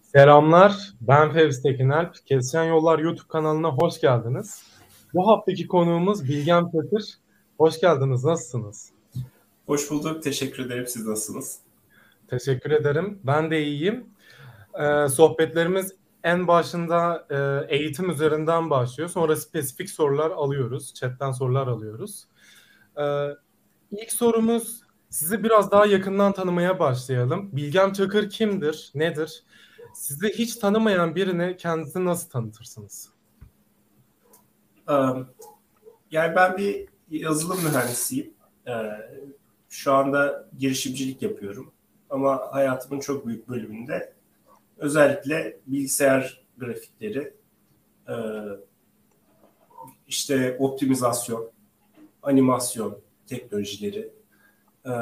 Selamlar, ben Fevzi Tekinalp. Kesişen Yollar YouTube kanalına hoş geldiniz. Bu haftaki konuğumuz Bilgem Çakır. Hoş geldiniz, nasılsınız? Hoş bulduk. Teşekkür ederim. Siz nasılsınız? Teşekkür ederim, ben de iyiyim. Sohbetlerimiz en başında eğitim üzerinden başlıyor. Sonra spesifik sorular alıyoruz, chatten sorular alıyoruz. Ee, İlk sorumuz, sizi biraz daha yakından tanımaya başlayalım. Bilgem Çakır kimdir, nedir? Sizi hiç tanımayan birine kendinizi nasıl tanıtırsınız? Ee, Yani ben bir yazılım mühendisiyim. Şu anda girişimcilik yapıyorum. Ama hayatımın çok büyük bölümünde özellikle bilgisayar grafikleri, e, işte optimizasyon, animasyon teknolojileri, e,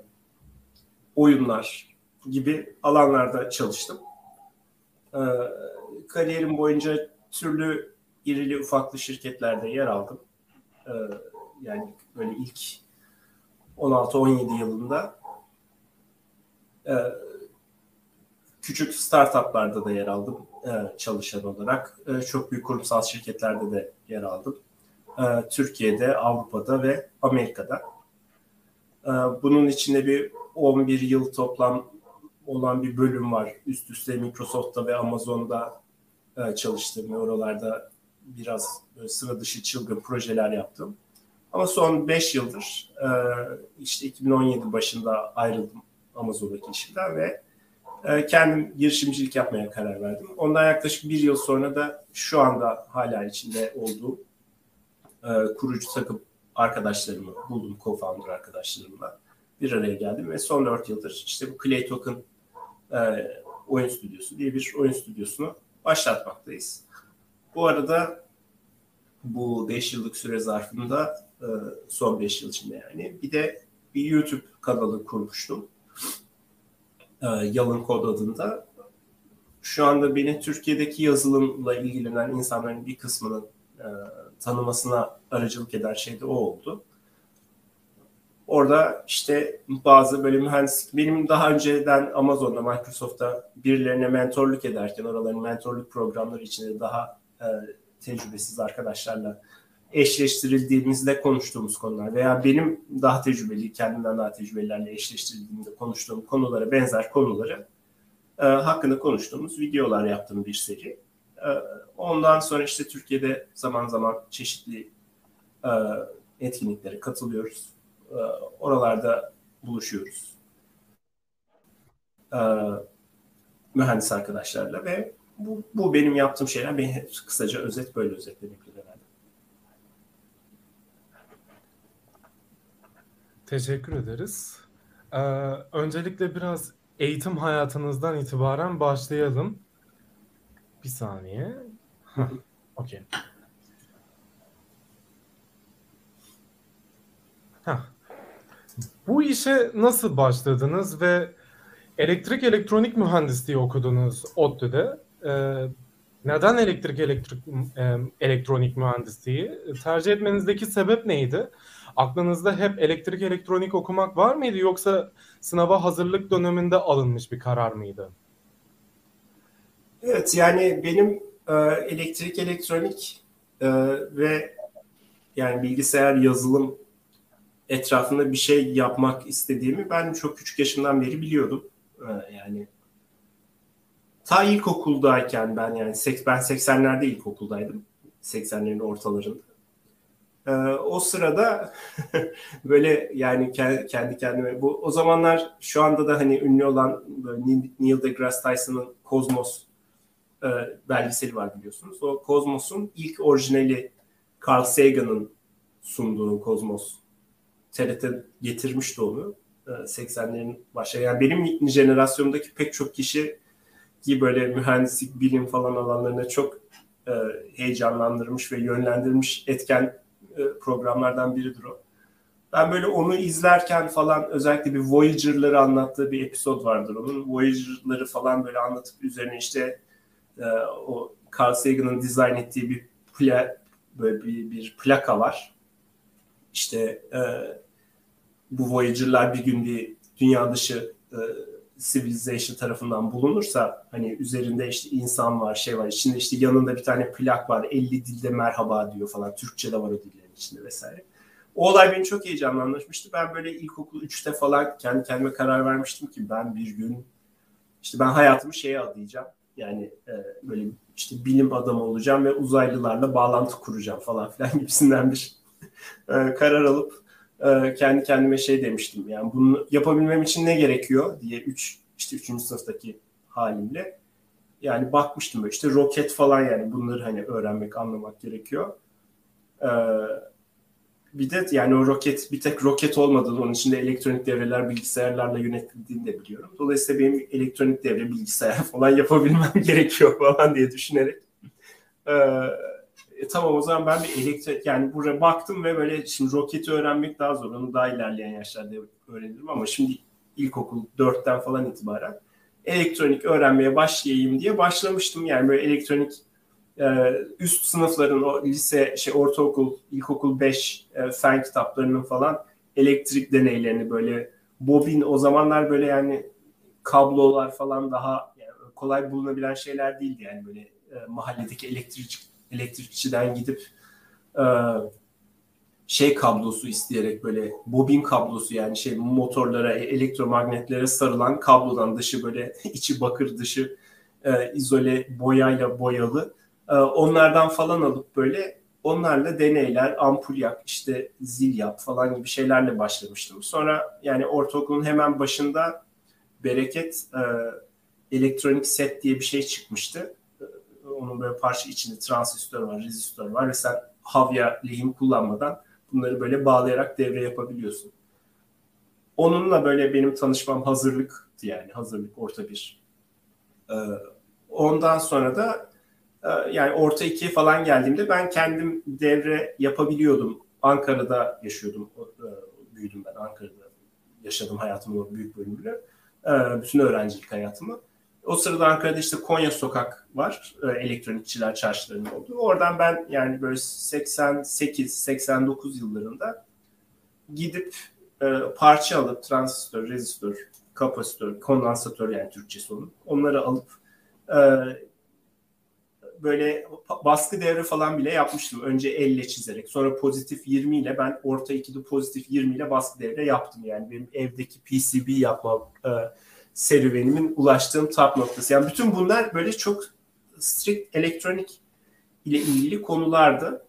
oyunlar gibi alanlarda çalıştım. Ee, Kariyerim boyunca türlü irili ufaklı şirketlerde yer aldım. Ee, Yani böyle ilk 16-17 yılında e, küçük startuplarda da yer aldım çalışan olarak. Çok büyük kurumsal şirketlerde de yer aldım. Türkiye'de, Avrupa'da ve Amerika'da. Bunun içinde bir 11 yıl toplam olan bir bölüm var. Üst üste Microsoft'ta ve Amazon'da çalıştım. Oralarda biraz sıra dışı çılgın projeler yaptım. Ama son 5 yıldır işte 2017 başında ayrıldım Amazon'daki işimden ve kendim girişimcilik yapmaya karar verdim. Ondan yaklaşık bir yıl sonra da şu anda hala içinde olduğum kurucu takım arkadaşlarımı buldum, co-founder arkadaşlarımla bir araya geldim ve son 4 yıldır işte bu Clay Token oyun stüdyosu diye bir oyun stüdyosunu başlatmaktayız. Bu arada bu 5 yıllık süre zarfında son 5 yıl içinde yani bir de bir YouTube kanalı kurmuştum. Yalın Kod adında. Şu anda beni Türkiye'deki yazılımla ilgilenen insanların bir kısmının tanımasına aracılık eden şey de o oldu. Orada işte bazı böyle mühendislik, benim daha önceden Amazon'da, Microsoft'ta birilerine mentorluk ederken oraların mentorluk programları içinde daha tecrübesiz arkadaşlarla eşleştirildiğimizde konuştuğumuz konular veya benim daha tecrübeli, kendimden daha tecrübelilerle eşleştirildiğimde konuştuğum konulara benzer konuları hakkında konuştuğumuz videolar yaptığım bir seri. Ondan sonra işte Türkiye'de zaman zaman çeşitli e, etkinliklere katılıyoruz. E, Oralarda buluşuyoruz. Mühendis arkadaşlarla ve bu benim yaptığım şeyler. Ben kısaca böyle özetlemek herhalde. Teşekkür ederiz. Ee, Öncelikle biraz eğitim hayatınızdan itibaren başlayalım. Bir saniye. Hah, okey. Hah. Bu işe nasıl başladınız ve elektrik elektronik mühendisliği okudunuz ODTÜ'de. Neden elektronik mühendisliği tercih etmenizdeki sebep neydi? Aklınızda hep elektrik elektronik okumak var mıydı yoksa sınava hazırlık döneminde alınmış bir karar mıydı? Evet, yani benim elektrik, elektronik ve yani bilgisayar yazılım etrafında bir şey yapmak istediğimi ben çok küçük yaşımdan beri biliyordum. Yani ta ilkokuldayken ben 80'lerde ilkokuldaydım. 80'lerin ortalarında. O sırada böyle yani kendi kendime o zamanlar şu anda da hani ünlü olan Neil deGrasse Tyson'ın Kozmos e, belgeseli var biliyorsunuz. O Kozmos'un ilk orijinali Carl Sagan'ın sunduğu Kozmos. TRT getirmişti onu. 80'lerin başı. Yani benim jenerasyondaki pek çok kişi ki böyle mühendislik, bilim falan alanlarına çok heyecanlandırmış ve yönlendirmiş etken programlardan biridir o. Ben böyle onu izlerken falan özellikle bir Voyager'ları anlattığı bir episod vardır onun. Voyager'ları falan böyle anlatıp üzerine işte o Carl Sagan'ın dizayn ettiği böyle bir plaka var. İşte bu Voyager'lar bir gün bir dünya dışı Civilization tarafından bulunursa, hani üzerinde işte insan var, şey var, içinde işte yanında bir tane plak var, 50 dilde merhaba diyor falan, Türkçe de var o dillerin içinde vesaire. O olay beni çok heyecanlandırmıştı. Ben böyle ilkokul 3'te falan kendi kendime karar vermiştim ki ben bir gün işte ben hayatımı şeye adayacağım. Yani böyle işte bilim adamı olacağım ve uzaylılarla bağlantı kuracağım falan filan gibisinden bir karar alıp kendi kendime şey demiştim. Yani bunu yapabilmem için ne gerekiyor diye işte 3. sınıftaki halimle. Yani bakmıştım böyle işte roket falan, yani bunları hani öğrenmek, anlamak gerekiyor. Bir de yani o roket bir tek roket olmadığını, onun içinde elektronik devreler bilgisayarlarla yönetildiğini de biliyorum. Dolayısıyla benim elektronik devre bilgisayar falan yapabilmem gerekiyor falan diye düşünerek tamam o zaman ben bir elektrik, yani buraya baktım ve böyle şimdi roketi öğrenmek daha zor. Onu daha ilerleyen yaşlarda öğrenirim ama şimdi ilkokul 4'ten falan itibaren elektronik öğrenmeye başlayayım diye başlamıştım. Yani böyle elektronik üst sınıfların, o lise, ortaokul, ilkokul 5 fen kitaplarının falan elektrik deneylerini, böyle bobin, o zamanlar böyle yani kablolar falan daha yani kolay bulunabilen şeyler değildi. Yani böyle mahalledeki elektrikçiden gidip kablosu isteyerek, böyle bobin kablosu, yani motorlara, elektromagnetlere sarılan kablodan, dışı böyle içi bakır, dışı izole boyayla boyalı, onlardan falan alıp böyle onlarla deneyler, ampul yak, işte zil yap falan gibi şeylerle başlamıştım. Sonra yani ortaokulun hemen başında Bereket elektronik set diye bir şey çıkmıştı. Onun böyle parça içinde transistör var, rezistör var ve sen havya, lehim kullanmadan bunları böyle bağlayarak devre yapabiliyorsun. Onunla böyle benim tanışmam hazırlıktı, yani hazırlık orta bir. Ondan sonra da yani orta 2'ye falan geldiğimde ben kendim devre yapabiliyordum. Ankara'da yaşıyordum. Büyüdüm ben Ankara'da. Yaşadım hayatımın büyük bölümünü. Bütün öğrencilik hayatımı. O sırada Ankara'da işte Konya Sokak var. Elektronikçiler çarşılarının olduğu. Oradan ben yani böyle 88-89 yıllarında gidip parça alıp transistör, rezistör, kapasitör, kondansatör, yani Türkçesi onun. Onları alıp böyle baskı devre falan bile yapmıştım. Önce elle çizerek. Sonra pozitif 20 ile, ben orta 2'de pozitif 20 ile baskı devre yaptım. Yani benim evdeki PCB yapma serüvenimin ulaştığım tap noktası. Yani bütün bunlar böyle çok strict elektronik ile ilgili konulardı.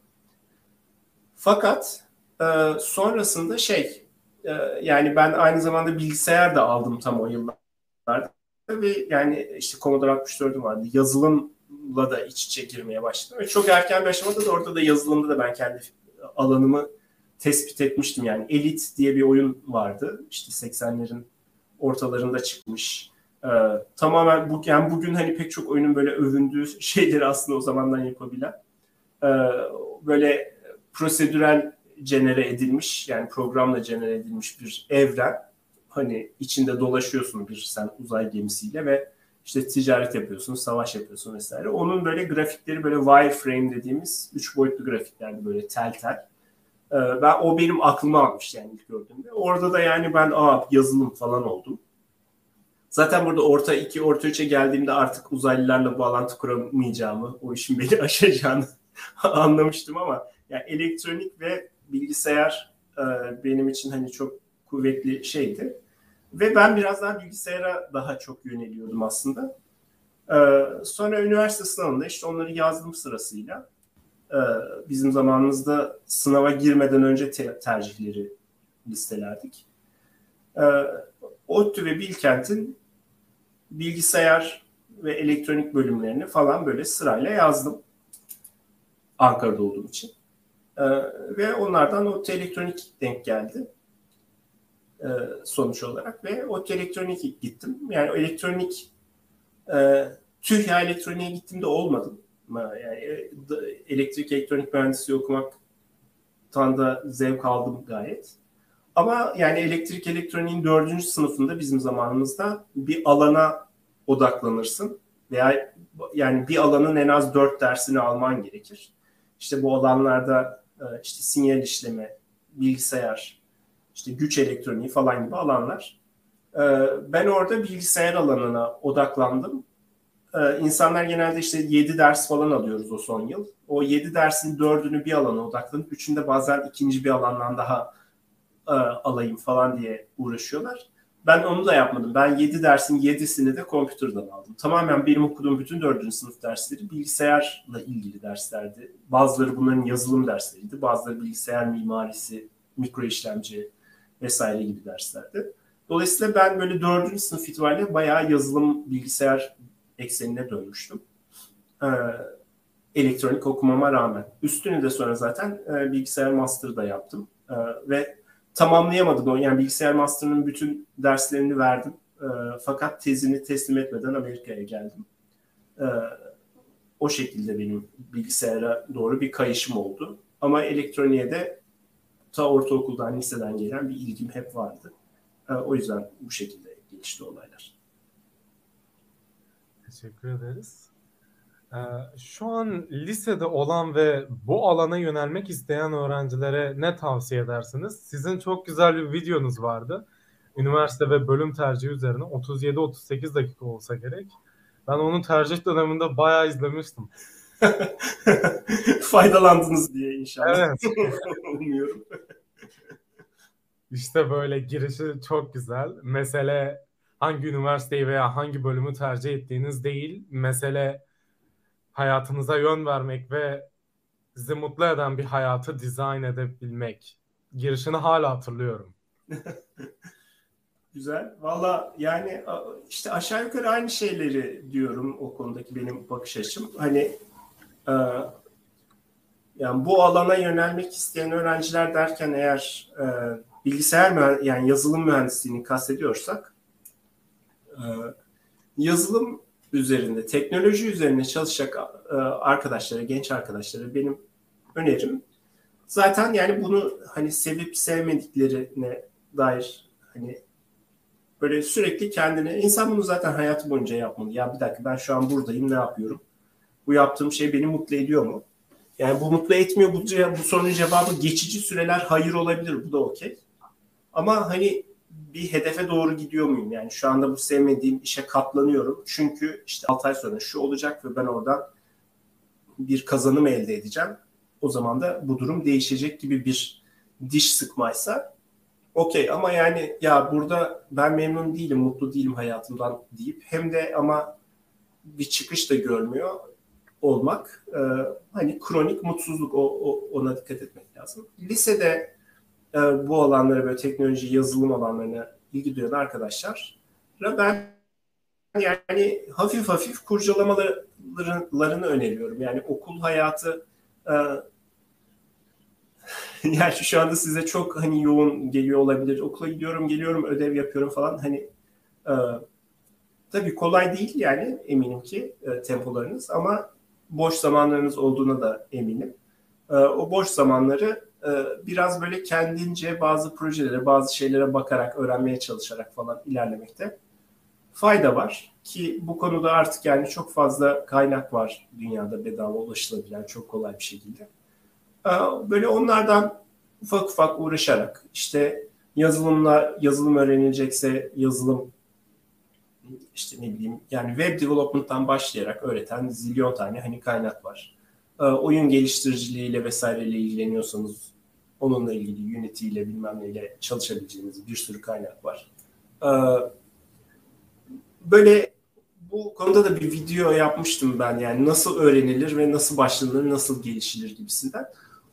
Fakat sonrasında yani ben aynı zamanda bilgisayar da aldım tam o yıllarda. Ve yani işte Commodore 64'üm vardı. Yazılımla da iç içe girmeye başladım. Ve çok erken bir aşamada da orada da yazılımda da ben kendi alanımı tespit etmiştim. Yani Elite diye bir oyun vardı. İşte 80'lerin ortalarında çıkmış. Tamamen yani bugün hani pek çok oyunun böyle övündüğü şeyleri aslında o zamandan yapabilen. Böyle prosedürel genere edilmiş, yani programla genere edilmiş bir evren. Hani içinde dolaşıyorsun sen uzay gemisiyle ve işte ticaret yapıyorsun, savaş yapıyorsun vesaire. Onun böyle grafikleri böyle wireframe dediğimiz 3 boyutlu grafiklerdi, böyle tel tel. O benim aklıma almış yani ilk gördüğümde. Orada da yani ben yazılım falan oldum. Zaten burada orta 2, orta 3'e geldiğimde artık uzaylılarla bağlantı kuramayacağımı, o işin beni aşacağını anlamıştım ama yani elektronik ve bilgisayar benim için hani çok kuvvetli şeydi. Ve ben biraz daha bilgisayara daha çok yöneliyordum aslında. Sonra üniversite sınavında işte onları yazdım sırasıyla. Bizim zamanımızda sınava girmeden önce tercihleri listelerdik. ODTÜ ve Bilkent'in bilgisayar ve elektronik bölümlerini falan böyle sırayla yazdım. Ankara'da olduğum için. Ve onlardan ODTÜ Elektronik denk geldi. Sonuç olarak. Ve ODTÜ Elektronik gittim. Yani elektronik TÜHYA Elektronik'e gittiğimde olmadım. Yani elektrik elektronik mühendisliği okumaktan da zevk aldım gayet. Ama yani elektrik elektroniğin 4. sınıfında bizim zamanımızda bir alana odaklanırsın. Veya yani bir alanın en az 4 dersini alman gerekir. İşte bu alanlarda işte sinyal işleme, bilgisayar, işte güç elektroniği falan gibi alanlar. Ben orada bilgisayar alanına odaklandım. İnsanlar genelde işte 7 ders falan alıyoruz o son yıl. O 7 dersin 4'ünü bir alana odaklanıp 3'ünde bazen ikinci bir alandan daha alayım falan diye uğraşıyorlar. Ben onu da yapmadım. Ben 7 dersin 7'sini de computer'dan aldım. Tamamen benim okuduğum bütün 4. sınıf dersleri bilgisayarla ilgili derslerdi. Bazıları bunların yazılım dersleriydi. Bazıları bilgisayar mimarisi, mikro işlemci vesaire gibi derslerdi. Dolayısıyla ben böyle 4. sınıf itibariyle bayağı yazılım, bilgisayar eksenine dönmüştüm. Elektronik okumama rağmen. Üstünü de sonra zaten bilgisayar master'ı da yaptım. Ve tamamlayamadım. Yani bilgisayar master'ının bütün derslerini verdim. Fakat tezini teslim etmeden Amerika'ya geldim. O şekilde benim bilgisayara doğru bir kayışım oldu. Ama elektroniğe de ta ortaokuldan, liseden gelen bir ilgim hep vardı. O yüzden bu şekilde gelişti olaylar. Teşekkür ederiz. Şu an lisede olan ve bu alana yönelmek isteyen öğrencilere ne tavsiye edersiniz? Sizin çok güzel bir videonuz vardı. Üniversite ve bölüm tercihi üzerine 37-38 dakika olsa gerek. Ben onun tercih döneminde bayağı izlemiştim. Faydalandınız diye inşallah. Evet. Umuyorum. İşte böyle girişi çok güzel. Mesele hangi üniversiteyi veya hangi bölümü tercih ettiğiniz değil. Mesele hayatınıza yön vermek ve sizi mutlu eden bir hayatı dizayn edebilmek. Girişini hala hatırlıyorum. Güzel. Valla yani işte aşağı yukarı aynı şeyleri diyorum o konudaki benim bakış açım. Hani yani bu alana yönelmek isteyen öğrenciler derken eğer bilgisayar yani yazılım mühendisliğini kastediyorsak yazılım üzerinde, teknoloji üzerine çalışacak arkadaşlara, genç arkadaşlara benim önerim zaten yani bunu hani sevip sevmediklerine dair hani böyle sürekli kendine, insan bunu zaten hayatı boyunca yapmalı. Ya bir dakika ben şu an buradayım, ne yapıyorum? Bu yaptığım şey beni mutlu ediyor mu? Yani bu mutlu etmiyor, bu sorunun cevabı geçici süreler hayır olabilir, bu da okey. Ama hani bir hedefe doğru gidiyor muyum? Yani şu anda bu sevmediğim işe katlanıyorum. Çünkü işte 6 ay sonra şu olacak ve ben oradan bir kazanım elde edeceğim. O zaman da bu durum değişecek gibi bir diş sıkmaysa okey. Ama yani ya burada ben memnun değilim, mutlu değilim hayatımdan deyip hem de ama bir çıkış da görmüyor olmak hani kronik mutsuzluk, ona dikkat etmek lazım. Lisede bu alanlara, böyle teknoloji, yazılım alanlarına ilgi duyan arkadaşlar ben yani hafif hafif kurcalamalarını öneriyorum. Yani okul hayatı yani şu anda size çok hani yoğun geliyor olabilir. Okula gidiyorum, geliyorum, ödev yapıyorum falan. Hani tabii kolay değil yani, eminim ki tempolarınız, ama boş zamanlarınız olduğuna da eminim. O boş zamanları biraz böyle kendince bazı projelere, bazı şeylere bakarak, öğrenmeye çalışarak falan ilerlemekte fayda var. Ki bu konuda artık yani çok fazla kaynak var dünyada, bedava ulaşılabilen çok kolay bir şekilde. Böyle onlardan ufak ufak uğraşarak, işte yazılım öğrenilecekse yazılım, işte ne bileyim yani web development'tan başlayarak öğreten zilyon tane hani kaynak var. Oyun geliştiriciliğiyle vesaireyle ilgileniyorsanız onunla ilgili Unity ile bilmem neyle çalışabileceğiniz bir sürü kaynak var. Böyle bu konuda da bir video yapmıştım ben, yani nasıl öğrenilir ve nasıl başlanır, nasıl gelişilir gibisinden.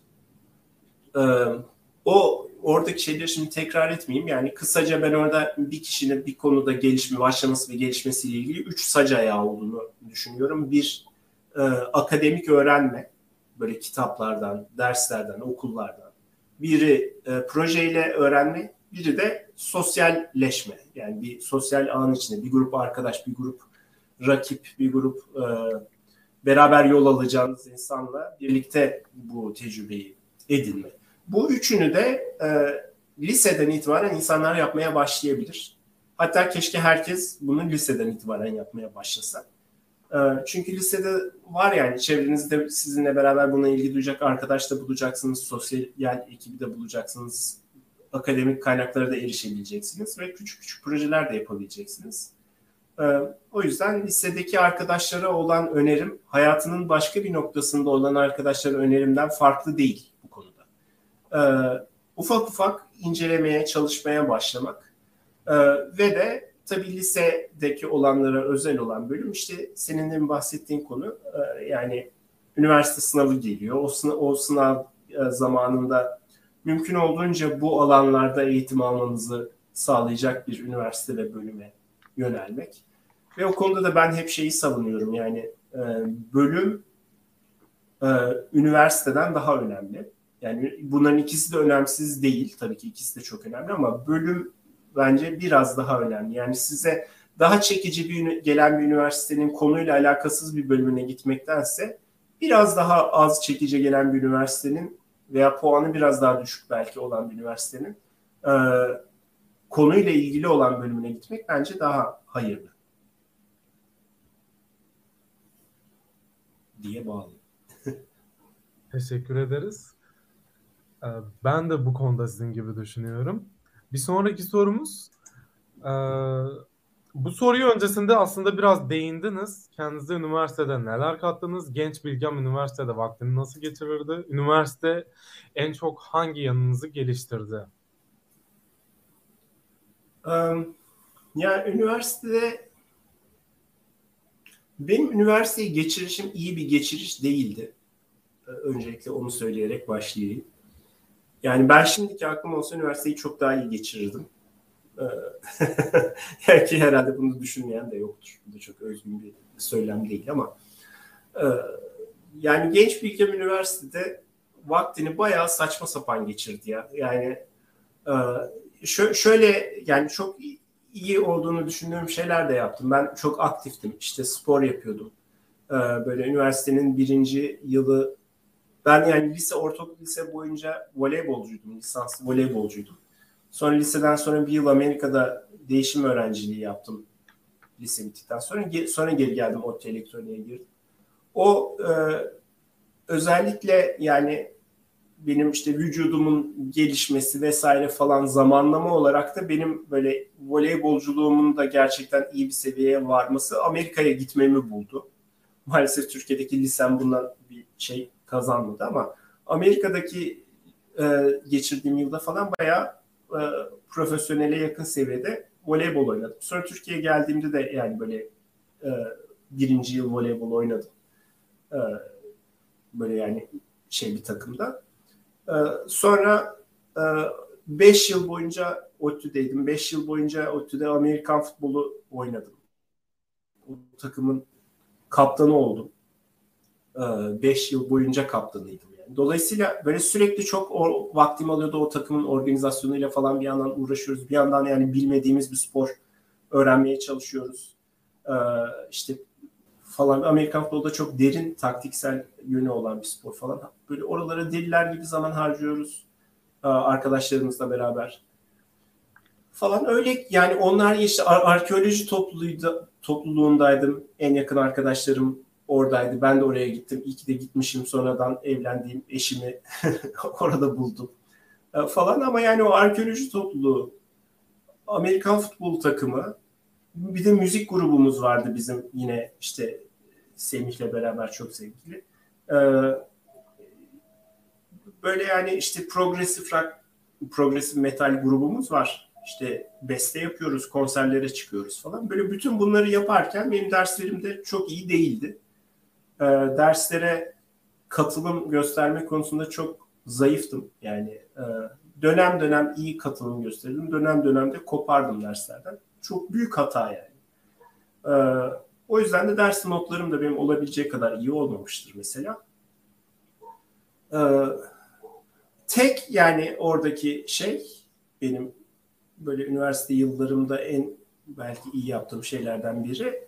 Oradaki şeyleri şimdi tekrar etmeyeyim. Yani kısaca ben orada bir kişinin bir konuda başlaması ve gelişmesiyle ilgili 3 sac ayağı olduğunu düşünüyorum. Bir, akademik öğrenme, böyle kitaplardan, derslerden, okullardan. Biri projeyle öğrenme, biri de sosyalleşme. Yani bir sosyal ağın içinde bir grup arkadaş, bir grup rakip, bir grup beraber yol alacağınız insanla birlikte bu tecrübeyi edinme. Bu üçünü de liseden itibaren insanlar yapmaya başlayabilir. Hatta keşke herkes bunu liseden itibaren yapmaya başlasa. Çünkü lisede var yani çevrenizde sizinle beraber buna ilgi duyacak arkadaş da bulacaksınız, sosyal ekibi de bulacaksınız. akademik kaynaklara da erişebileceksiniz ve küçük küçük projeler de yapabileceksiniz. O yüzden lisedeki arkadaşlara olan önerim hayatının başka bir noktasında olan arkadaşlara önerimden farklı değil bu konuda. Ufak ufak incelemeye, çalışmaya başlamak ve de tabii lisedeki olanlara özel olan bölüm işte senin de bahsettiğin konu yani üniversite sınavı geliyor. O sınav zamanında mümkün olduğunca bu alanlarda eğitim almanızı sağlayacak bir üniversite ve bölüme yönelmek. Ve o konuda da ben hep şeyi savunuyorum yani bölüm üniversiteden daha önemli. Yani bunların ikisi de önemsiz değil. Tabii ki ikisi de çok önemli ama bölüm bence biraz daha önemli. Yani size daha çekici gelen bir üniversitenin konuyla alakasız bir bölümüne gitmektense biraz daha az çekici gelen bir üniversitenin veya puanı biraz daha düşük belki olan bir üniversitenin konuyla ilgili olan bölümüne gitmek bence daha hayırlı diye bağlı. Teşekkür ederiz. Ben de bu konuda sizin gibi düşünüyorum. Bir sonraki sorumuz, bu soruyu öncesinde aslında biraz değindiniz. Kendinize üniversitede neler kattınız? Genç Bilgem üniversitede vaktini nasıl geçirirdi? Üniversite en çok hangi yanınızı geliştirdi? Yani üniversitede benim üniversiteyi geçirişim iyi bir geçiriş değildi. Öncelikle onu söyleyerek başlayayım. Yani ben şimdiki aklım olsa üniversiteyi çok daha iyi geçirirdim. Belki herhalde bunu düşünmeyen de yoktur. Bu da çok özgün bir söylem değil ama yani Genç Bilgem Üniversitede vaktini bayağı saçma sapan geçirdi ya. Yani şöyle yani çok iyi olduğunu düşündüğüm şeyler de yaptım. Ben çok aktiftim. İşte spor yapıyordum. Böyle üniversitenin 1. yılı ben yani ortaokul lise boyunca voleybolcuydum. Lisanslı voleybolcuydum. Sonra liseden sonra bir yıl Amerika'da değişim öğrenciliği yaptım. Lise bittikten sonra geri geldim. ODTÜ elektroniğe girdim. O özellikle yani benim işte vücudumun gelişmesi vesaire falan zamanlama olarak da benim böyle voleybolculuğumun da gerçekten iyi bir seviyeye varması Amerika'ya gitmemi buldu. Maalesef Türkiye'deki lisem bundan bir şey kazanmadı ama Amerika'daki geçirdiğim yılda falan bayağı profesyonele yakın seviyede voleybol oynadım. Sonra Türkiye'ye geldiğimde de yani böyle 1. yıl voleybol oynadım. Böyle yani bir takımda. Sonra 5 yıl boyunca ODTÜ'deydim. 5 yıl boyunca ODTÜ'de Amerikan futbolu oynadım. O takımın kaptanı oldum. 5 yıl boyunca kaptanıydım yani. Dolayısıyla böyle sürekli çok vaktim alıyordu o takımın organizasyonuyla falan bir yandan uğraşıyoruz. Bir yandan yani bilmediğimiz bir spor öğrenmeye çalışıyoruz. İşte falan Amerikan futbolda çok derin taktiksel yönü olan bir spor falan. Böyle oralara deliler gibi zaman harcıyoruz arkadaşlarımızla beraber. Falan öyle yani onlar işte arkeoloji topluluğundaydım. En yakın arkadaşlarım oradaydı. Ben de oraya gittim. İyi ki de gitmişim. Sonradan evlendiğim eşimi orada buldum. Falan ama yani o arkeoloji topluluğu, Amerikan futbol takımı, bir de müzik grubumuz vardı bizim yine işte Semih'le beraber çok sevgili. Böyle yani işte progresif metal grubumuz var. İşte beste yapıyoruz, konserlere çıkıyoruz falan. Böyle bütün bunları yaparken benim derslerim de çok iyi değildi. Derslere katılım gösterme konusunda çok zayıftım. Yani dönem dönem iyi katılım gösterdim. Dönem dönem de kopardım derslerden. Çok büyük hata yani. O yüzden de ders notlarım da benim olabileceği kadar iyi olmamıştır mesela. Tek yani oradaki benim böyle üniversite yıllarımda en belki iyi yaptığım şeylerden biri.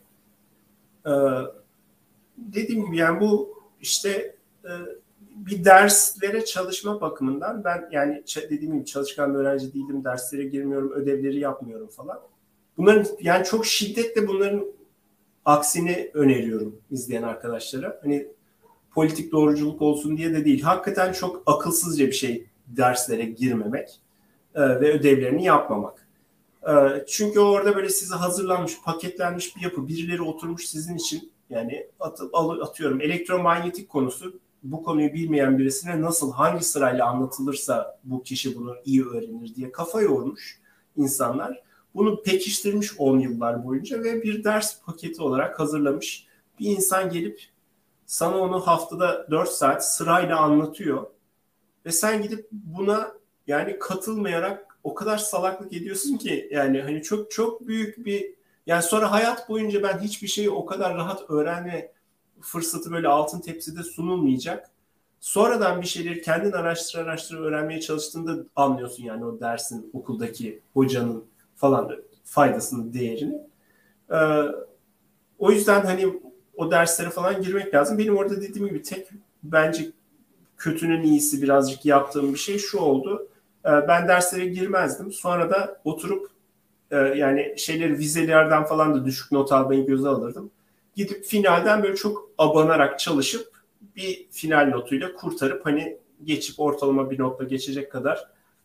Dediğim gibi yani bu işte bir derslere çalışma bakımından ben yani dediğim gibi çalışkan bir öğrenci değilim. Derslere girmiyorum, ödevleri yapmıyorum falan. Bunların yani çok şiddetle bunların aksini öneriyorum izleyen arkadaşlara. Hani politik doğruculuk olsun diye de değil. Hakikaten çok akılsızca bir şey derslere girmemek. ve ödevlerini yapmamak. Çünkü orada böyle size hazırlanmış, paketlenmiş bir yapı, birileri oturmuş sizin için, yani atıyorum elektromanyetik konusu, bu konuyu bilmeyen birisine nasıl, hangi sırayla anlatılırsa bu kişi bunu iyi öğrenir diye kafa yormuş insanlar. Bunu pekiştirmiş 10 yıllar boyunca ve bir ders paketi olarak hazırlamış. Bir insan gelip sana onu haftada 4 saat sırayla anlatıyor ve sen gidip buna yani katılmayarak o kadar salaklık ediyorsun ki, yani hani çok çok büyük bir, yani sonra hayat boyunca ben hiçbir şeyi o kadar rahat öğrenme fırsatı böyle altın tepside sunulmayacak. Sonradan bir şeyleri kendin araştır öğrenmeye çalıştığında anlıyorsun yani o dersin, okuldaki hocanın falan faydasını, değerini. Ee, O yüzden hani o derslere falan girmek lazım. Benim orada dediğim gibi tek bence kötünün iyisi birazcık yaptığım bir şey şu oldu. Ben derslere girmezdim. Sonra da oturup yani şeyleri, vizelerden falan da düşük not almayı göze alırdım. Gidip finalden böyle çok abanarak çalışıp bir final notuyla kurtarıp hani geçip ortalama bir notla geçecek kadar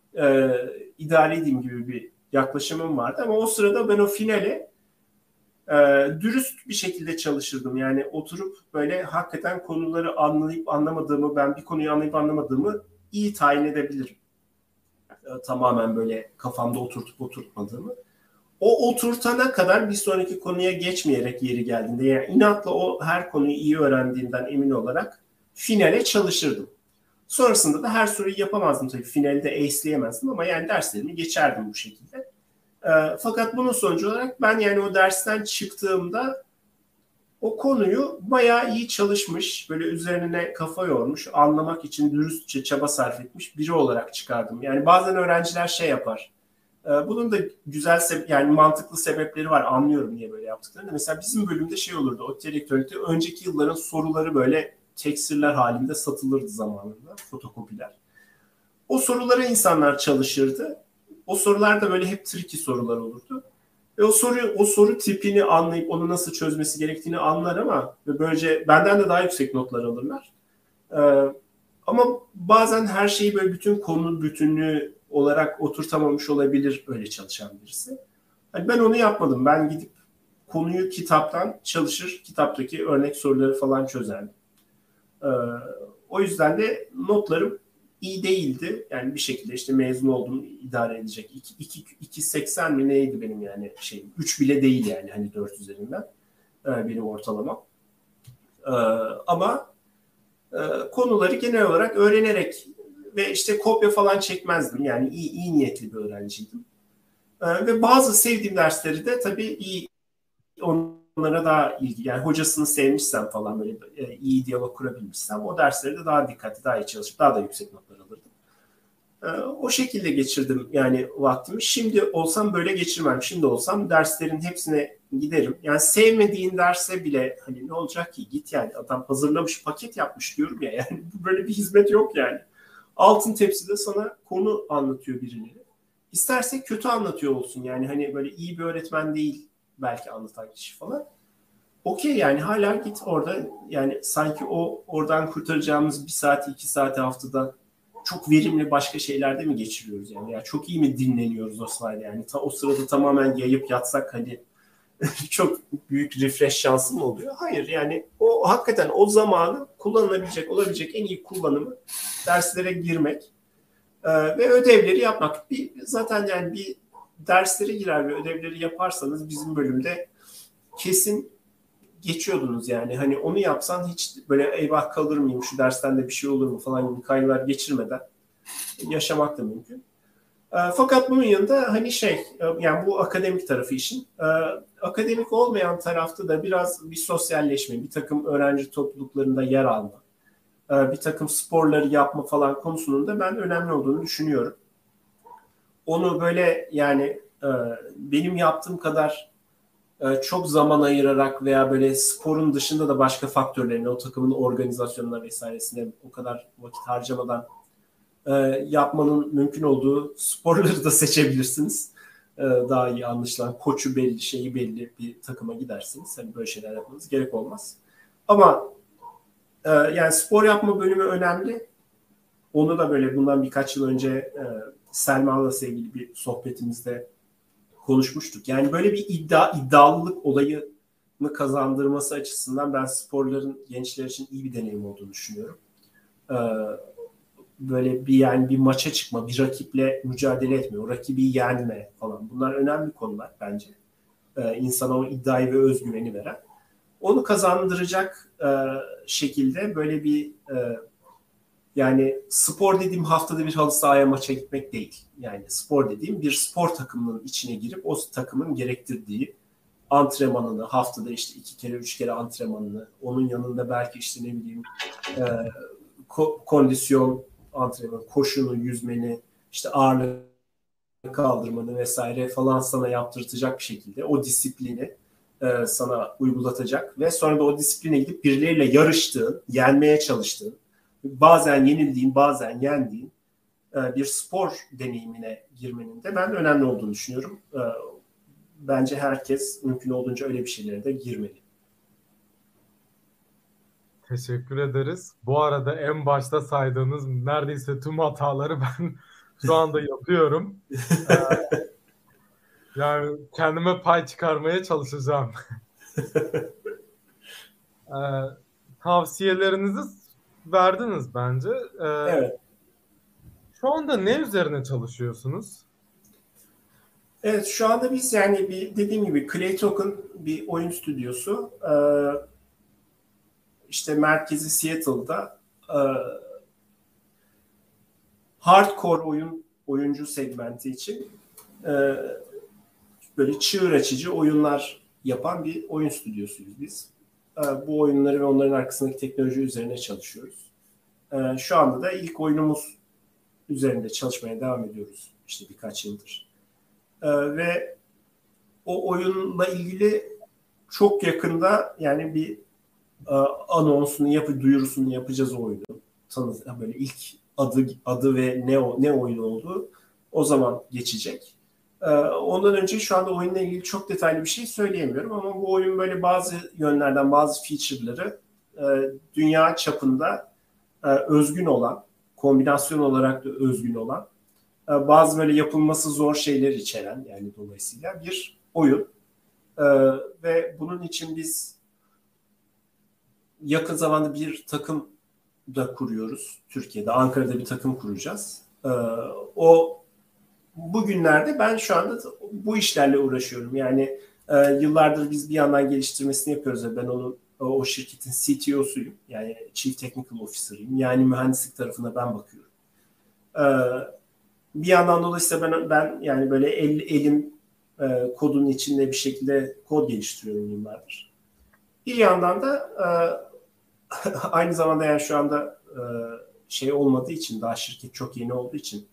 idare edeyim gibi bir yaklaşımım vardı. Ama o sırada ben o finale dürüst bir şekilde çalışırdım. Yani oturup böyle hakikaten konuları anlayıp anlamadığımı, ben bir konuyu anlayıp anlamadığımı iyi tayin edebilirim. Tamamen böyle kafamda oturtup oturtmadığımı. O oturtana kadar bir sonraki konuya geçmeyerek yeri geldiğinde, yani inatla o her konuyu iyi öğrendiğimden emin olarak finale çalışırdım. Sonrasında da her soruyu yapamazdım tabii. Finalde ace'leyemezdim ama yani derslerimi geçerdim bu şekilde. Fakat bunun sonucu olarak ben yani o dersten çıktığımda o konuyu bayağı iyi çalışmış, böyle üzerine kafa yormuş, anlamak için dürüstçe çaba sarf etmiş biri olarak çıkardım. Yani bazen öğrenciler şey yapar. Bunun da güzel, yani mantıklı sebepleri var. Anlıyorum niye böyle yaptıklarını. Mesela bizim bölümde şey olurdu. ODTÜ Elektronik'te önceki yılların soruları böyle teksirler halinde satılırdı zamanında. Fotokopiler. O sorulara insanlar çalışırdı. O sorular da böyle hep tricky sorular olurdu. Ve o soru tipini anlayıp onu nasıl çözmesi gerektiğini anlar ama ve böylece benden de daha yüksek notlar alırlar. Ama bazen her şeyi böyle bütün konu bütünlüğü olarak oturtamamış olabilir öyle çalışan birisi. Yani ben onu yapmadım. Ben gidip konuyu kitaptan çalışır, kitaptaki örnek soruları falan çözerdim. Ee, O yüzden de notlarım iyi değildi. Yani bir şekilde işte mezun oldum, idare edecek. 2.80 mi neydi benim yani şeyim. 3 bile değil yani hani 4 üzerinden benim ortalamam. Ee, Ama konuları genel olarak öğrenerek ve işte kopya falan çekmezdim. Yani iyi niyetli bir öğrenciydim. Ve bazı sevdiğim dersleri de tabii iyi, onlara daha ilgi, yani hocasını sevmişsem falan, böyle iyi diyalog kurabilmişsem o dersleri de daha dikkatli, daha iyi çalışıp daha da yüksek notlar alırdım. O şekilde geçirdim yani vaktimi. Şimdi olsam böyle geçirmem. Şimdi olsam derslerin hepsine giderim. Yani sevmediğin derse bile hani ne olacak ki, git yani, adam hazırlamış, paket yapmış diyorum ya, yani böyle bir hizmet yok yani. Altın tepside sana konu anlatıyor birileri. İsterse kötü anlatıyor olsun, yani hani böyle iyi bir öğretmen değil belki anlatan kişi falan. Okey yani, hala git orada, yani sanki o oradan kurtaracağımız bir saati 2 saati haftada çok verimli başka şeylerde mi geçiriyoruz yani? Ya çok iyi mi dinleniyoruz o sırada yani? O sırada tamamen yayıp yatsak hani çok büyük refresh şansı mı oluyor? Hayır yani, o hakikaten o zamanı olabilecek en iyi kullanımı derslere girmek ve ödevleri yapmak. Zaten yani bir derslere girer ve ödevleri yaparsanız bizim bölümde kesin geçiyordunuz yani. Hani onu yapsan hiç böyle eyvah kalır mıyım, şu dersten de bir şey olur mu falan gibi kaygılar geçirmeden yaşamak da mümkün. Fakat bunun yanında hani yani bu akademik tarafı işin. Akademik olmayan tarafta da biraz bir sosyalleşme, bir takım öğrenci topluluklarında yer alma, bir takım sporları yapma falan konusunun da ben önemli olduğunu düşünüyorum. Onu böyle yani benim yaptığım kadar çok zaman ayırarak veya böyle sporun dışında da başka faktörlerine, o takımın organizasyonuna vesairesine o kadar vakit harcamadan yapmanın mümkün olduğu sporları da seçebilirsiniz. Daha iyi anlaşılan, koçu belli, şeyi belli bir takıma gidersiniz. Hani böyle şeyler yapmanız gerek olmaz. Ama yani spor yapma bölümü önemli. Onu da böyle bundan birkaç yıl önce Selma'la sevgili bir sohbetimizde konuşmuştuk. Yani böyle bir iddialılık olayını kazandırması açısından ben sporların gençler için iyi bir deneyim olduğunu düşünüyorum. Böyle bir maça çıkma, bir rakiple mücadele etme, o rakibi yenme falan. Bunlar önemli konular bence. İnsana o iddiayı ve özgüveni veren. Onu kazandıracak şekilde böyle bir yani spor dediğim haftada bir halı sahaya maça gitmek değil. Yani spor dediğim bir spor takımının içine girip o takımın gerektirdiği antrenmanını, haftada işte 2 kere 3 kere antrenmanını, onun yanında belki işte ne bileyim kondisyon antrenmanı, koşunu, yüzmeni, işte ağırlık kaldırmanı vesaire falan sana yaptırtacak bir şekilde o disiplini sana uygulatacak ve sonra da o disipline gidip birileriyle yarıştığın, yenmeye çalıştığın, bazen yenildiğin, bazen yendiğin bir spor deneyimine girmenin de ben önemli olduğunu düşünüyorum. Bence herkes mümkün olduğunca öyle bir şeylere de girmeli. Teşekkür ederiz. Bu arada en başta saydığınız neredeyse tüm hataları ben şu anda yapıyorum. Yani kendime pay çıkarmaya çalışacağım. Tavsiyelerinizi verdiniz bence. Evet. Şu anda ne üzerine çalışıyorsunuz? Evet, şu anda biz yani dediğim gibi Clay Token bir oyun stüdyosu. İşte merkezi Seattle'da hardcore oyuncu segmenti için böyle çığır açıcı oyunlar yapan bir oyun stüdyosuyuz biz. Bu oyunları ve onların arkasındaki teknoloji üzerine çalışıyoruz. Şu anda da ilk oyunumuz üzerinde çalışmaya devam ediyoruz işte birkaç yıldır. Ve o oyunla ilgili çok yakında yani bir anonsunu duyurusunu yapacağız o oyunu. Böyle ilk adı ve ne oyun olduğu o zaman geçecek. Ondan önce şu anda oyunla ilgili çok detaylı bir şey söyleyemiyorum ama bu oyun böyle bazı yönlerden bazı feature'ları dünya çapında özgün olan, kombinasyon olarak da özgün olan, bazı böyle yapılması zor şeyler içeren yani dolayısıyla bir oyun. Ve bunun için biz yakın zamanda bir takım da kuruyoruz. Türkiye'de, Ankara'da bir takım kuracağız. O bugünlerde ben şu anda bu işlerle uğraşıyorum. Yani yıllardır biz bir yandan geliştirmesini yapıyoruz. Ben o şirketin CTO'suyum. Yani Chief Technical Officer'ıyım. Yani mühendislik tarafına ben bakıyorum. Bir yandan dolayısıyla ben yani böyle elim kodun içinde bir şekilde kod geliştiriyorum yıllardır. Bir yandan da aynı zamanda yani şu anda şey olmadığı için daha şirket çok yeni olduğu için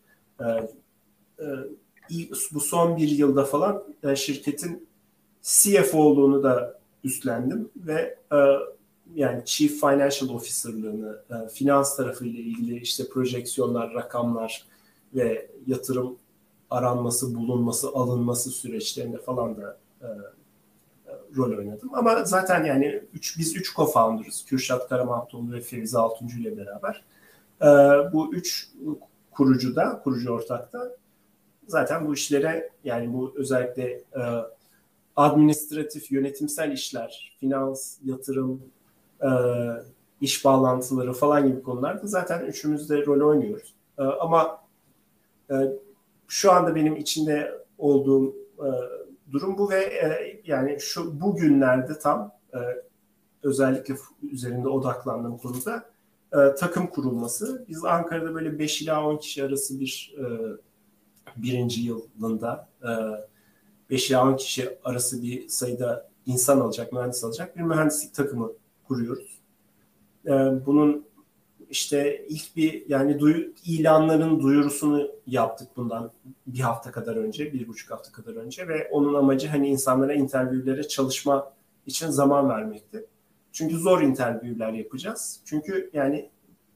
bu son bir yılda falan şirketin CFO'luğunu da üstlendim ve yani Chief Financial Officer'lığını finans tarafıyla ilgili işte projeksiyonlar, rakamlar ve yatırım aranması, bulunması, alınması süreçlerinde falan da rol oynadım. Ama zaten yani biz üç co-founder'ız. Kürşat Karamahtoğlu ve Ferize Altuncu ile beraber. Bu üç kurucu ortak da zaten bu işlere yani bu özellikle administratif, yönetimsel işler, finans, yatırım, iş bağlantıları falan gibi konularda zaten üçümüz de rol oynuyoruz. Ama şu anda benim içinde olduğum durum bu ve yani şu bugünlerde tam özellikle üzerinde odaklandığım konuda takım kurulması. Biz Ankara'da böyle 5 ila 10 kişi arası birinci yılında 5 ila 10 kişi arası bir sayıda insan alacak, mühendis alacak bir mühendislik takımı kuruyoruz. Bunun işte ilk yani ilanların duyurusunu yaptık bundan bir hafta kadar önce, 1,5 hafta kadar önce ve onun amacı hani insanlara interviewlere çalışma için zaman vermekti. Çünkü zor interviewler yapacağız. Çünkü yani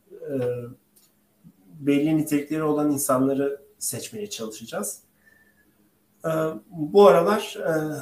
belli nitelikleri olan insanları seçmeye çalışacağız. Bu aralar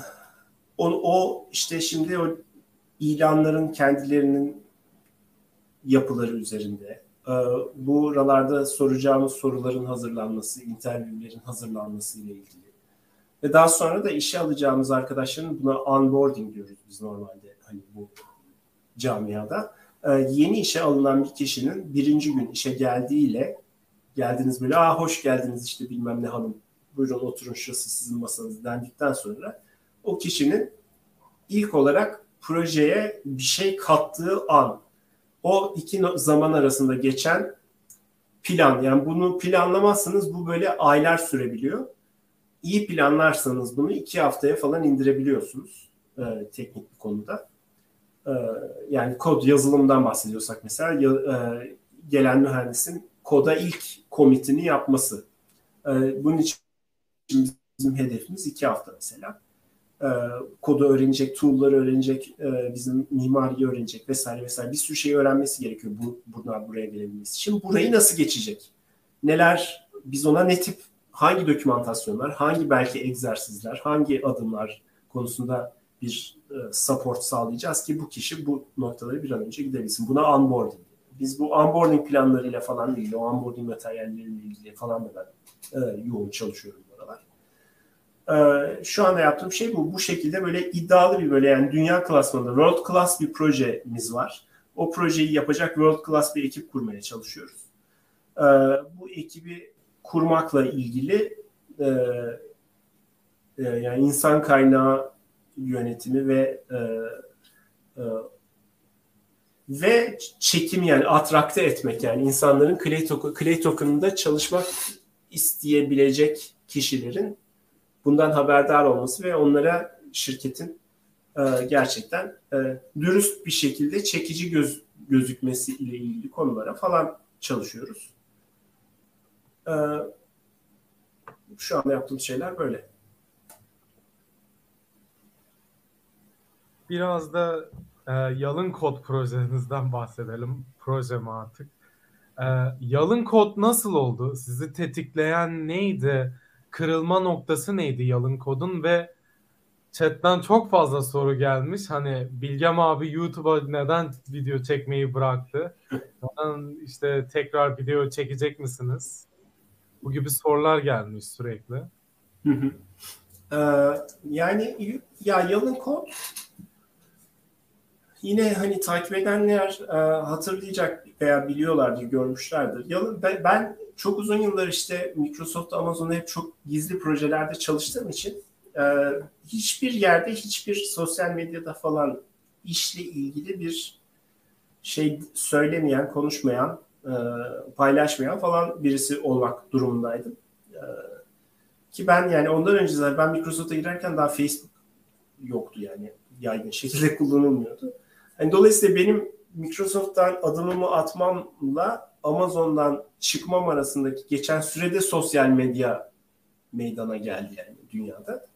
o işte şimdi o ilanların kendilerinin yapıları üzerinde, buralarda soracağımız soruların hazırlanması, interviewlerin hazırlanması ile ilgili. Ve daha sonra da işe alacağımız arkadaşların buna onboarding diyoruz biz normalde hani bu camiada. Yeni işe alınan bir kişinin birinci gün işe geldiğiyle geldiniz böyle hoş geldiniz işte bilmem ne hanım buyurun oturun şurası sizin masanız dendikten sonra o kişinin ilk olarak projeye bir şey kattığı an o iki zaman arasında geçen plan yani bunu planlamazsanız bu böyle aylar sürebiliyor. İyi planlarsanız bunu 2 haftaya falan indirebiliyorsunuz teknik bir konuda. Yani kod yazılımdan bahsediyorsak mesela gelen mühendisin koda ilk commit'ini yapması. Bunun için bizim hedefimiz 2 hafta mesela. Kodu öğrenecek, tool'ları öğrenecek, bizim mimariyi öğrenecek vesaire vesaire bir sürü şey öğrenmesi gerekiyor buradan buraya gelebilmesi için. Burayı nasıl geçecek? Neler, biz ona ne tip, hangi dokümantasyonlar, hangi belki egzersizler, hangi adımlar konusunda bir support sağlayacağız ki bu kişi bu noktaları bir an önce gidebilsin. Buna onboarding. Biz bu onboarding planlarıyla falan ilgili, o onboarding materyalleriyle ilgili falan da ben yoğun çalışıyorum buralar. Şu anda yaptığım şey bu. Bu şekilde böyle iddialı bir böyle yani dünya klasmanında world class bir projemiz var. O projeyi yapacak world class bir ekip kurmaya çalışıyoruz. Bu ekibi kurmakla ilgili yani insan kaynağı yönetimi ve çekim yani atrakte etmek yani insanların Clay Token'da çalışmak isteyebilecek kişilerin bundan haberdar olması ve onlara şirketin gerçekten dürüst bir şekilde çekici gözükmesi ile ilgili konulara falan çalışıyoruz. Şu anda yaptığımız şeyler böyle. Biraz da Yalın Kod projenizden bahsedelim. Proje mi artık? Yalın Kod nasıl oldu? Sizi tetikleyen neydi? Kırılma noktası neydi Yalın Kod'un ve chatten çok fazla soru gelmiş. Hani Bilgem abi YouTube'a neden video çekmeyi bıraktı? Neden işte tekrar video çekecek misiniz? Bu gibi sorular gelmiş sürekli. Yani ya Yalın Kod yine hani takip edenler hatırlayacak veya biliyorlardır, görmüşlerdir. Ben çok uzun yıllar işte Microsoft, Amazon'da hep çok gizli projelerde çalıştığım için hiçbir yerde, hiçbir sosyal medyada falan işle ilgili bir şey söylemeyen, konuşmayan, paylaşmayan falan birisi olmak durumundaydım. Ki ben yani ondan önce zaten ben Microsoft'a girerken daha Facebook yoktu yani yaygın şekilde kullanılmıyordu. Yani dolayısıyla benim Microsoft'tan adımımı atmamla Amazon'dan çıkmam arasındaki geçen sürede sosyal medya meydana geldi yani dünyada.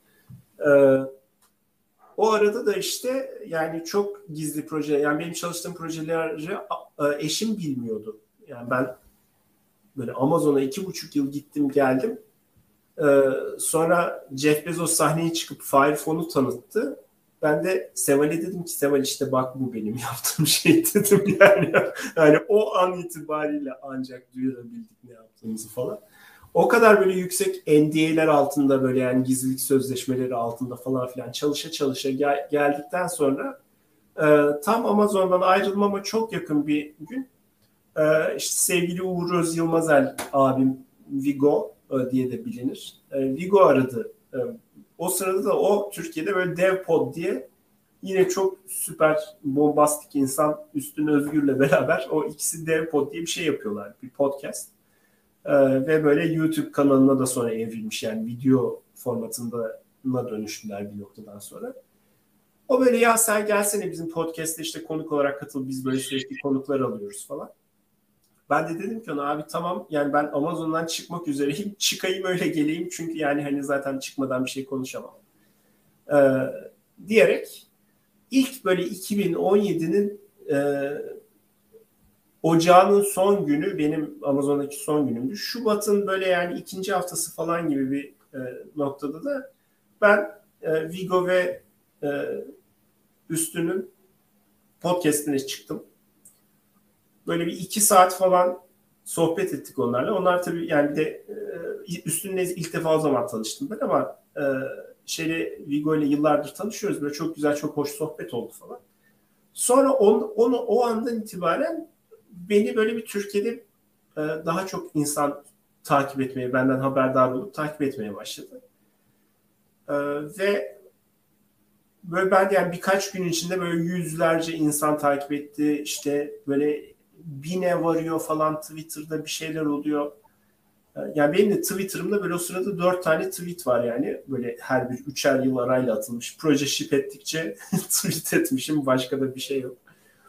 O arada da işte yani çok gizli proje yani benim çalıştığım projeleri eşim bilmiyordu. Yani ben böyle Amazon'a 2,5 yıl gittim geldim. Sonra Jeff Bezos sahneye çıkıp Fire Phone'u tanıttı. Ben de Seval'e dedim ki Seval işte bak bu benim yaptığım şey dedim yani. Yani o an itibariyle ancak duyurabildik ne yaptığımızı falan. O kadar böyle yüksek NDA'ler altında böyle yani gizlilik sözleşmeleri altında falan filan çalışa geldikten sonra tam Amazon'dan ayrılmama çok yakın bir gün işte sevgili Uğur Öz Yılmazel abim Vigo diye de bilinir. Vigo aradı. O sırada da o Türkiye'de böyle DevPod diye yine çok süper bombastik insan Üstün Özgür'le beraber o ikisi DevPod diye bir şey yapıyorlar. Bir podcast. Ve böyle YouTube kanalına da sonra evrilmiş yani video formatında dönüştüler bir noktadan sonra. O böyle ya sen gelsene bizim podcast'te işte konuk olarak katıl biz böyle sürekli konuklar alıyoruz falan. Ben de dedim ki ona abi tamam yani ben Amazon'dan çıkmak üzereyim. Çıkayım öyle geleyim çünkü yani hani zaten çıkmadan bir şey konuşamam. Diyerek ilk böyle 2017'nin Ocağının son günü benim Amazon'daki son günümdü. Şubat'ın böyle yani ikinci haftası falan gibi bir noktada da ben Vigo ve Üstün'ün podcast'ine çıktım. Böyle bir 2 saat falan sohbet ettik onlarla. Onlar tabii yani bir de üstünde ilk defa o zaman tanıştım ben ama Vigo ile yıllardır tanışıyoruz. Böyle çok güzel, çok hoş sohbet oldu falan. Sonra onu o andan itibaren beni böyle bir Türkiye'de daha çok insan takip etmeye, benden haberdar olup takip etmeye başladı. Ve böyle ben yani birkaç gün içinde böyle yüzlerce insan takip etti. İşte böyle 1000'e varıyor falan, Twitter'da bir şeyler oluyor. Yani benim de Twitter'ımda böyle o sırada 4 tane tweet var yani. Böyle her bir 3'er yıl arayla atılmış. Proje ship ettikçe tweet etmişim. Başka da bir şey yok.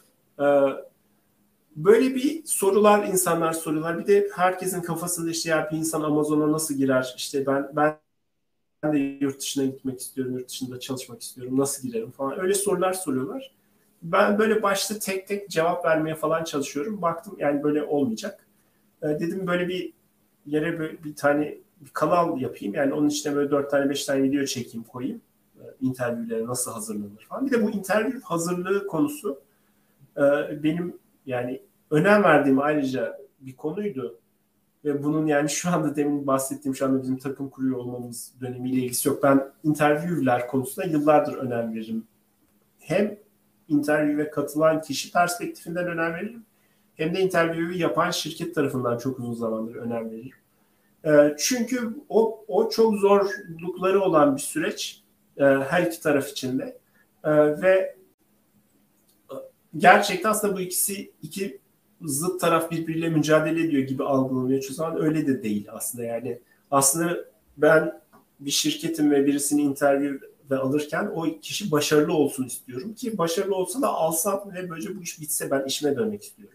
Böyle bir sorular insanlar soruyorlar. Bir de herkesin kafasında işte ya bir insan Amazon'a nasıl girer? İşte ben de yurt dışına gitmek istiyorum, yurt dışında çalışmak istiyorum, nasıl girerim falan. Öyle sorular soruyorlar. Ben böyle başta tek tek cevap vermeye falan çalışıyorum. Baktım yani böyle olmayacak. Dedim böyle bir yere böyle bir tane bir kanal yapayım. Yani onun içine böyle 4 tane 5 tane video çekeyim koyayım. İnterviewlere nasıl hazırlanır falan. Bir de bu interview hazırlığı konusu benim yani önem verdiğim ayrıca bir konuydu. Ve bunun yani şu anda demin bahsettiğim şu anda bizim takım kuruyor olmamız dönemiyle ilgisi yok. Ben interviewler konusunda yıllardır önem veririm. Hem interview'e katılan kişi perspektifinden önem veririm. Hem de interview'u yapan şirket tarafından çok uzun zamandır önem veririm. Çünkü o çok zorlukları olan bir süreç her iki taraf için de. Ve gerçekten aslında bu iki zıt taraf birbiriyle mücadele ediyor gibi algılanıyor. Çoğu zaman öyle de değil aslında yani. Aslında ben bir şirketim ve birisini interview ve alırken o kişi başarılı olsun istiyorum ki başarılı olsa da alsam ve böylece bu iş bitse ben işime dönmek istiyorum.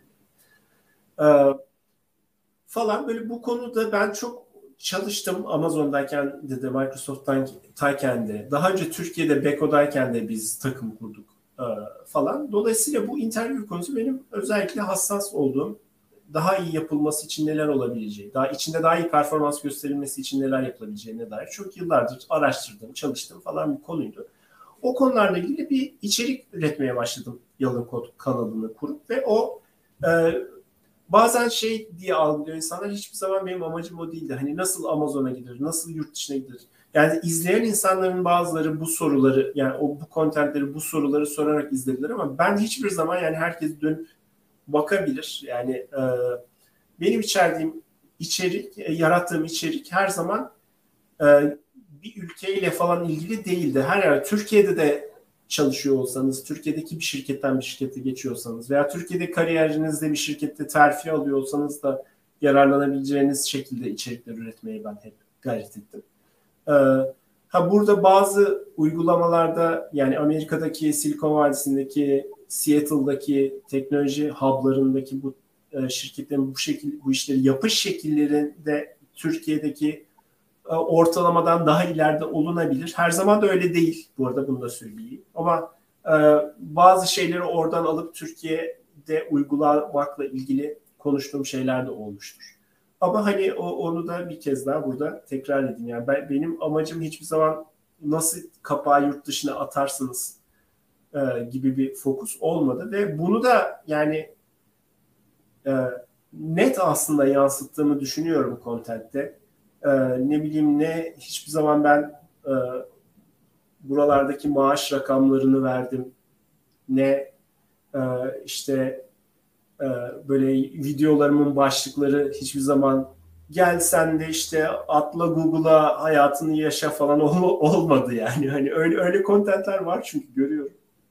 Falan böyle bu konuda ben çok çalıştım Amazon'dayken de Microsoft'tayken de. Daha önce Türkiye'de Beko'dayken de biz takım kurduk falan. Dolayısıyla bu interview konusu benim özellikle hassas olduğum, daha iyi yapılması için neler olabileceği, içinde daha iyi performans gösterilmesi için neler yapılabileceğine dair çok yıllardır araştırdım, çalıştım falan bir konuydu. O konularla ilgili bir içerik üretmeye başladım Yalın Kod kanalını kurup ve o bazen şey diye algılıyor insanlar, hiçbir zaman benim amacım o değildi. Hani nasıl Amazon'a gider, nasıl yurt dışına gider? Yani izleyen insanların bazıları bu soruları, yani bu kontentleri, bu soruları sorarak izlediler ama ben hiçbir zaman yani herkes dönüp bakabilir. Yani benim yarattığım içerik her zaman bir ülkeyle falan ilgili değildi. Her yer Türkiye'de de çalışıyor olsanız, Türkiye'deki bir şirketten bir şirkete geçiyorsanız veya Türkiye'de kariyerinizde bir şirkette terfi alıyorsanız da yararlanabileceğiniz şekilde içerikler üretmeye ben hep gayret ettim. Burada bazı uygulamalarda yani Amerika'daki Silikon Vadisi'ndeki Seattle'daki teknoloji hub'larındaki bu şirketlerin bu işleri yapış şekillerinde Türkiye'deki ortalamadan daha ileride olunabilir. Her zaman da öyle değil. Bu arada bunu da söyleyeyim. Ama bazı şeyleri oradan alıp Türkiye'de uygulamakla ilgili konuştuğum şeyler de olmuştur. Ama hani onu da bir kez daha burada tekrar edeyim. Yani benim amacım hiçbir zaman nasıl kapağı yurt dışına atarsınız gibi bir fokus olmadı ve bunu da yani net aslında yansıttığımı düşünüyorum content'te. Ne bileyim hiçbir zaman ben buralardaki maaş rakamlarını verdim. İşte böyle videolarımın başlıkları hiçbir zaman gel sen de işte atla Google'a hayatını yaşa falan olmadı yani. Hani öyle kontentler var çünkü görüyorum.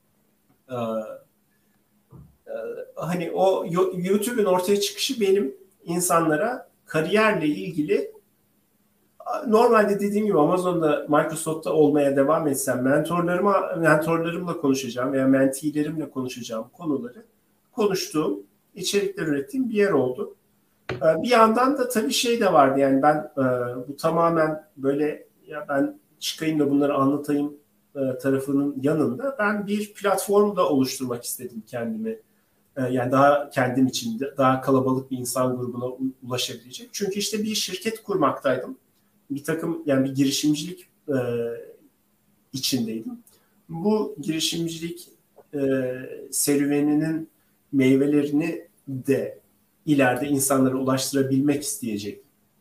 Hani o YouTube'un ortaya çıkışı benim insanlara kariyerle ilgili normalde dediğim gibi Amazon'da, Microsoft'ta olmaya devam etsem mentorlarımla konuşacağım veya mentilerimle konuşacağım konuları konuştuğum, içerikler ürettiğim bir yer oldu. Bir yandan da tabii şey de vardı yani ben bu tamamen böyle ya ben çıkayım da bunları anlatayım tarafının yanında ben bir platform da oluşturmak istedim kendime. Yani daha kendim için daha kalabalık bir insan grubuna ulaşabilecek. Çünkü işte bir şirket kurmaktaydım. Bir takım yani bir girişimcilik içindeydim. Bu girişimcilik serüveninin meyvelerini de ileride insanlara ulaştırabilmek isteyecek.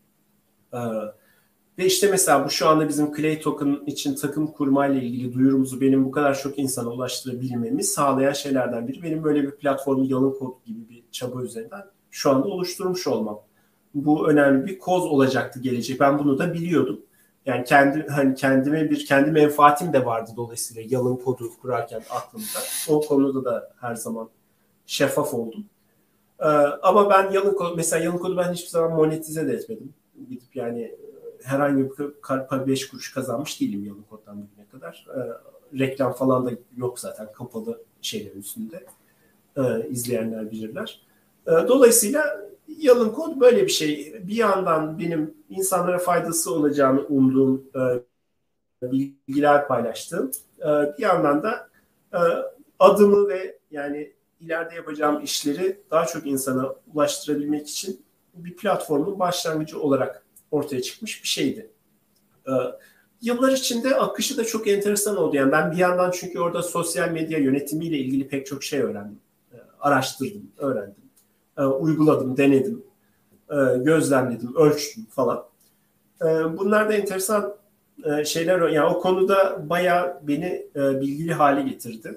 Ve işte mesela bu şu anda bizim Clay Token için takım kurmayla ilgili duyurumuzu benim bu kadar çok insana ulaştırabilmemi sağlayan şeylerden biri. Benim böyle bir platformu Yalın Kod gibi bir çaba üzerinden şu anda oluşturmuş olmam. Bu önemli bir koz olacaktı gelecek. Ben bunu da biliyordum. Yani kendi menfaatim de vardı dolayısıyla Yalın Kod'u kurarken aklımda. O konuda da her zaman şeffaf oldum. Ama ben Yalın Kod'u ben hiçbir zaman monetize de etmedim. Gidip yani herhangi bir 5 kuruş kazanmış değilim Yalın Kod'dan bugüne kadar. Reklam falan da yok zaten kapalı şeylerin üstünde. İzleyenler bilirler. Dolayısıyla Yalın Kod böyle bir şey. Bir yandan benim insanlara faydası olacağını umduğum bilgiler paylaştığım. Bir yandan da adımı ve yani ileride yapacağım işleri daha çok insana ulaştırabilmek için bir platformun başlangıcı olarak ortaya çıkmış bir şeydi. Yıllar içinde akışı da çok enteresan oldu. Yani ben bir yandan çünkü orada sosyal medya yönetimiyle ilgili pek çok şey öğrendim. Araştırdım, öğrendim. Uyguladım, denedim, gözlemledim, ölçtüm falan. Bunlar da enteresan şeyler. Yani o konuda bayağı beni bilgili hale getirdi.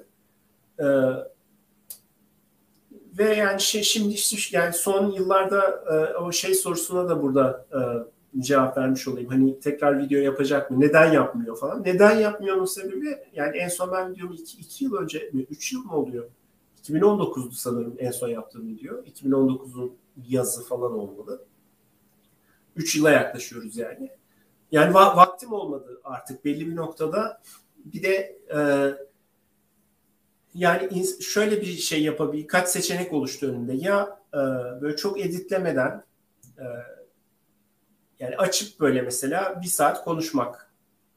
Ve yani şimdi işte yani son yıllarda o şey sorusuna da burada cevap vermiş olayım. Hani tekrar video yapacak mı? Neden yapmıyor falan. Neden yapmıyor'nun sebebi yani en son ben videomu 2 yıl önce mi? 3 yıl mı oluyor? 2019'du sanırım en son yaptığım video. 2019'un yazı falan olmalı. 3 yıla yaklaşıyoruz yani. Yani vaktim olmadı artık belli bir noktada. Bir de yani şöyle bir şey yapabilir. Birkaç seçenek oluştu önümde. Ya böyle çok editlemeden yani açıp böyle mesela 1 saat konuşmak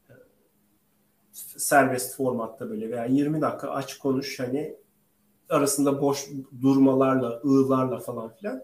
serbest formatta böyle veya 20 dakika aç konuş hani arasında boş durmalarla, ığlarla falan filan.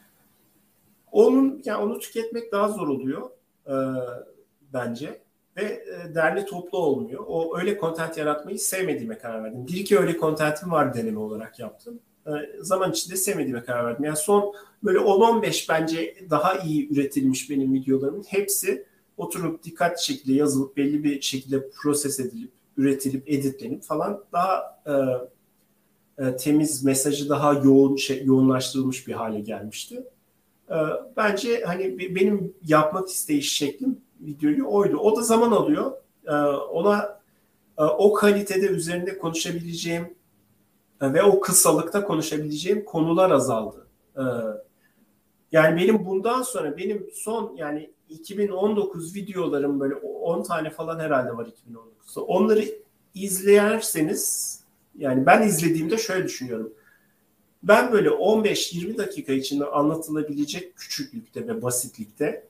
Onu tüketmek daha zor oluyor bence ve derli toplu olmuyor. O öyle content yaratmayı sevmediğime karar verdim. Bir iki öyle contentim var deneme olarak yaptım. Zaman içinde sevmediğime karar verdim. Yani son böyle 10-15 bence daha iyi üretilmiş benim videolarımın hepsi oturup dikkatli şekilde yazılıp belli bir şekilde proses edilip, üretilip, editlenip falan daha temiz, mesajı daha yoğunlaştırılmış bir hale gelmişti. Bence hani benim yapmak isteyiş şeklim videoyu oydu. O da zaman alıyor. Ona o kalitede üzerinde konuşabileceğim ve o kısalıkta konuşabileceğim konular azaldı. Yani benim son yani 2019 videolarım böyle 10 tane falan herhalde var 2019'da. Onları izlerseniz yani ben izlediğimde şöyle düşünüyorum. Ben böyle 15-20 dakika içinde anlatılabilecek küçüklükte ve basitlikte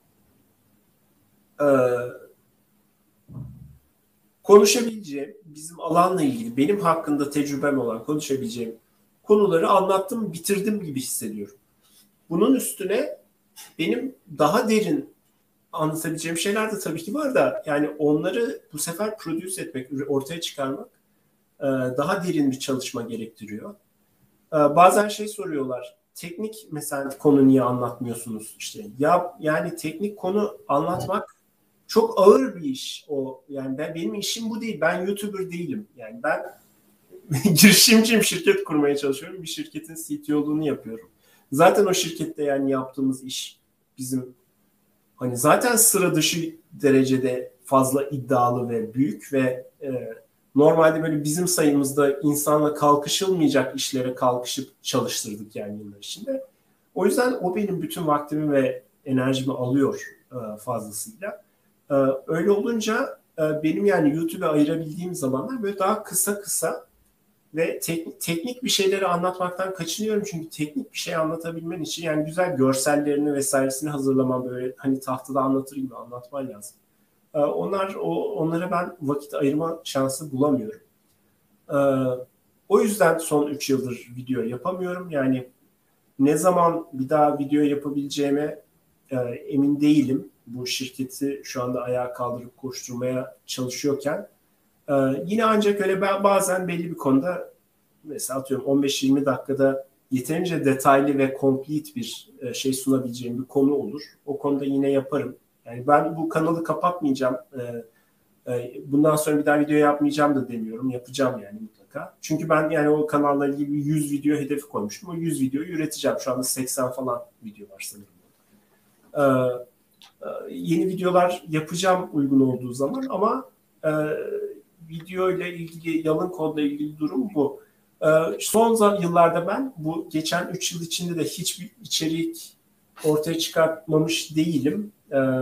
konuşabileceğim, bizim alanla ilgili, benim hakkında tecrübem olan konuşabileceğim konuları anlattım, bitirdim gibi hissediyorum. Bunun üstüne benim daha derin anlatabileceğim şeyler de tabii ki var da yani onları bu sefer produce etmek, ortaya çıkarmak daha derin bir çalışma gerektiriyor. Bazen şey soruyorlar. Teknik mesela konu niye anlatmıyorsunuz işte. Ya yani teknik konu anlatmak çok ağır bir iş o. Yani benim işim bu değil. Ben YouTuber değilim. Yani ben girişimciyim, şirket kurmaya çalışıyorum. Bir şirketin CTO'luğunu yapıyorum. Zaten o şirkette yani yaptığımız iş bizim hani zaten sıra dışı derecede fazla iddialı ve büyük ve normalde böyle bizim sayımızda insanla kalkışılmayacak işlere kalkışıp çalıştırdık yani yıllar içinde. O yüzden o benim bütün vaktimi ve enerjimi alıyor fazlasıyla. Öyle olunca benim yani YouTube'a ayırabildiğim zamanlar böyle daha kısa ve teknik bir şeyleri anlatmaktan kaçınıyorum. Çünkü teknik bir şey anlatabilmen için yani güzel görsellerini vesairesini hazırlaman böyle hani tahtada anlatır gibi anlatman lazım. Onlara ben vakit ayırma şansı bulamıyorum. O yüzden son 3 yıldır video yapamıyorum. Yani ne zaman bir daha video yapabileceğime emin değilim. Bu şirketi şu anda ayağa kaldırıp koşturmaya çalışıyorken yine ancak öyle ben bazen belli bir konuda mesela atıyorum 15-20 dakikada yeterince detaylı ve complete bir şey sunabileceğim bir konu olur. O konuda yine yaparım. Yani ben bu kanalı kapatmayacağım. Bundan sonra bir daha video yapmayacağım da demiyorum. Yapacağım yani mutlaka. Çünkü ben yani o kanalla ilgili 100 video hedefi koymuştum. O 100 videoyu üreteceğim. Şu anda 80 falan video var sanırım. Yeni videolar yapacağım uygun olduğu zaman ama video ile ilgili, yalın kodla ilgili durum bu. Son yıllarda ben bu geçen 3 yıl içinde de hiçbir içerik ortaya çıkartmamış değilim.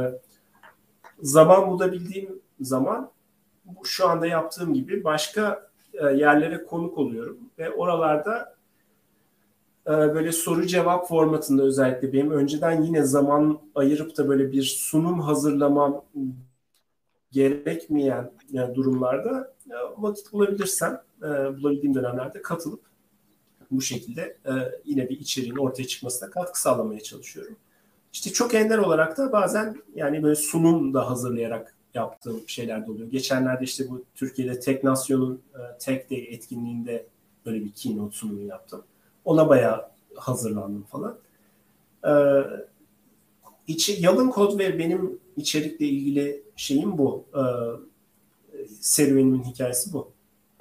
Zaman bulabildiğim zaman şu anda yaptığım gibi başka yerlere konuk oluyorum ve oralarda böyle soru cevap formatında özellikle benim önceden yine zaman ayırıp da böyle bir sunum hazırlamam gerekmeyen durumlarda vakit bulabilirsem bulabildiğim dönemlerde katılıp bu şekilde yine bir içeriğin ortaya çıkmasına katkı sağlamaya çalışıyorum. İşte çok ender olarak da bazen yani böyle sunum da hazırlayarak yaptığım şeyler de oluyor. Geçenlerde işte bu Türkiye'de Teknasyon'un Tech Day etkinliğinde böyle bir keynote sunumu yaptım. Ona bayağı hazırlandım falan. Yalın kod ve benim içerikle ilgili şeyim bu. Serüvenimin hikayesi bu.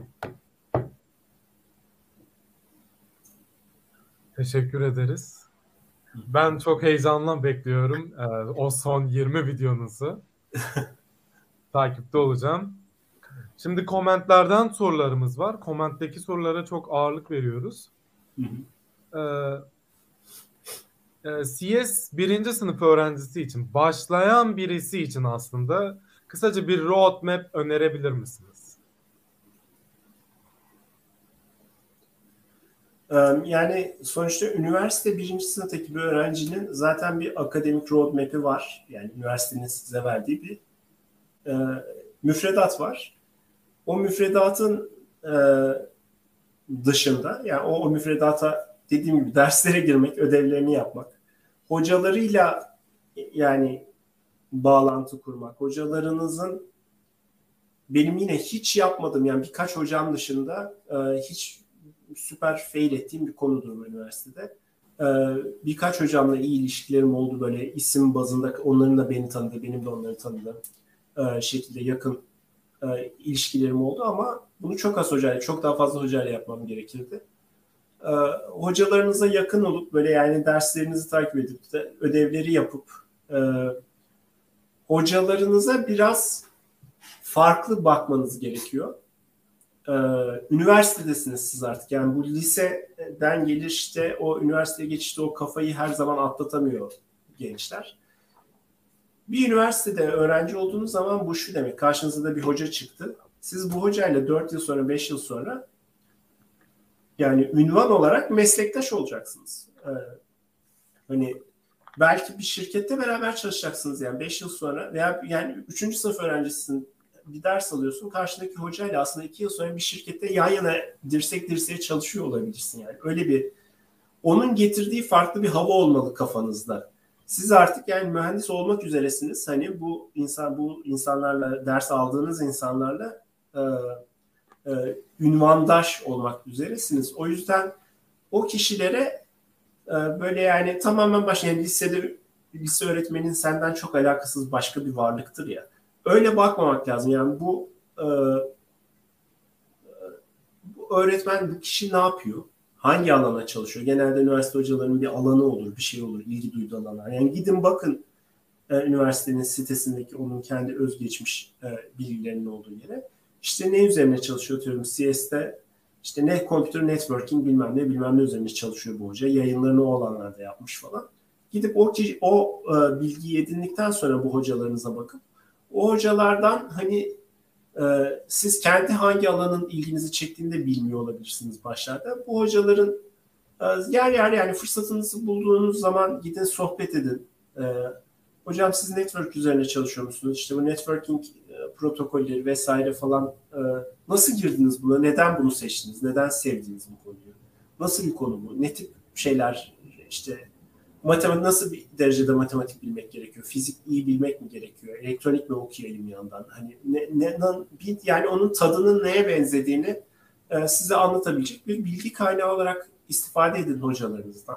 Teşekkür ederiz. Ben çok heyecanla bekliyorum o son 20 videonuzu. Takipte olacağım. Şimdi komentlerden sorularımız var. Komentteki sorulara çok ağırlık veriyoruz. CS birinci sınıf öğrencisi için, başlayan birisi için aslında kısaca bir roadmap önerebilir misiniz? Yani sonuçta üniversite birinci sınıftaki bir öğrencinin zaten bir akademik roadmap'i var. Yani üniversitenin size verdiği bir müfredat var. O müfredatın dışında yani o müfredata dediğim gibi derslere girmek, ödevlerini yapmak, hocalarıyla yani bağlantı kurmak, hocalarınızın benim yine hiç yapmadığım yani birkaç hocam dışında hiç süper fail ettiğim bir konudur üniversitede. Birkaç hocamla iyi ilişkilerim oldu böyle isim bazında onların da beni tanıdığı, benim de onları tanıdığım şekilde yakın ilişkilerim oldu ama bunu çok az hocayla, çok daha fazla hocayla yapmam gerekirdi. Hocalarınıza yakın olup böyle yani derslerinizi takip edip de ödevleri yapıp hocalarınıza biraz farklı bakmanız gerekiyor. Üniversitedesiniz siz artık. Yani bu liseden gelişte o üniversiteye geçişte o kafayı her zaman atlatamıyor gençler. Bir üniversitede öğrenci olduğunuz zaman bu şu demek. Karşınıza da bir hoca çıktı. Siz bu hocayla 4 yıl sonra 5 yıl sonra yani ünvan olarak meslektaş olacaksınız. Hani belki bir şirkette beraber çalışacaksınız yani 5 yıl sonra veya yani 3. sınıf öğrencisin bir ders alıyorsun. Karşındaki hocayla aslında 2 yıl sonra bir şirkette yan yana dirsek dirseğe çalışıyor olabilirsin yani. Öyle bir onun getirdiği farklı bir hava olmalı kafanızda. Siz artık yani mühendis olmak üzeresiniz. Hani bu insanlarla ders aldığınız insanlarla ünvandaş olmak üzeresiniz. O yüzden o kişilere böyle yani tamamen başlayan yani lise öğretmenin senden çok alakasız başka bir varlıktır ya. Öyle bakmamak lazım. Yani bu öğretmen bu kişi ne yapıyor? Hangi alana çalışıyor? Genelde üniversite hocalarının bir alanı olur, bir şey olur, ilgi duyduğu alanlar. Yani gidin bakın üniversitenin sitesindeki onun kendi özgeçmiş bilgilerinin olduğu yere. İşte ne üzerine çalışıyor diyorum CS'de işte ne computer networking bilmem ne üzerine çalışıyor bu hoca. Yayınlarını o alanlarda yapmış falan. Gidip o bilgiyi edindikten sonra bu hocalarınıza bakıp o hocalardan hani siz kendi hangi alanın ilginizi çektiğini de bilmiyor olabilirsiniz başlarda. Bu hocaların yer yani fırsatınızı bulduğunuz zaman gidin sohbet edin. Hocam siz network üzerine çalışıyor musunuz? İşte bu networking protokolleri vesaire falan nasıl girdiniz buna? Neden bunu seçtiniz? Neden sevdiniz bu konuyu? Nasıl bir konu bu? Ne tip şeyler işte matematik nasıl bir derecede matematik bilmek gerekiyor? Fizik iyi bilmek mi gerekiyor? Elektronik mi okuyayım yandan? Hani yani onun tadının neye benzediğini size anlatabilecek bir bilgi kaynağı olarak istifade edin hocalarınızdan.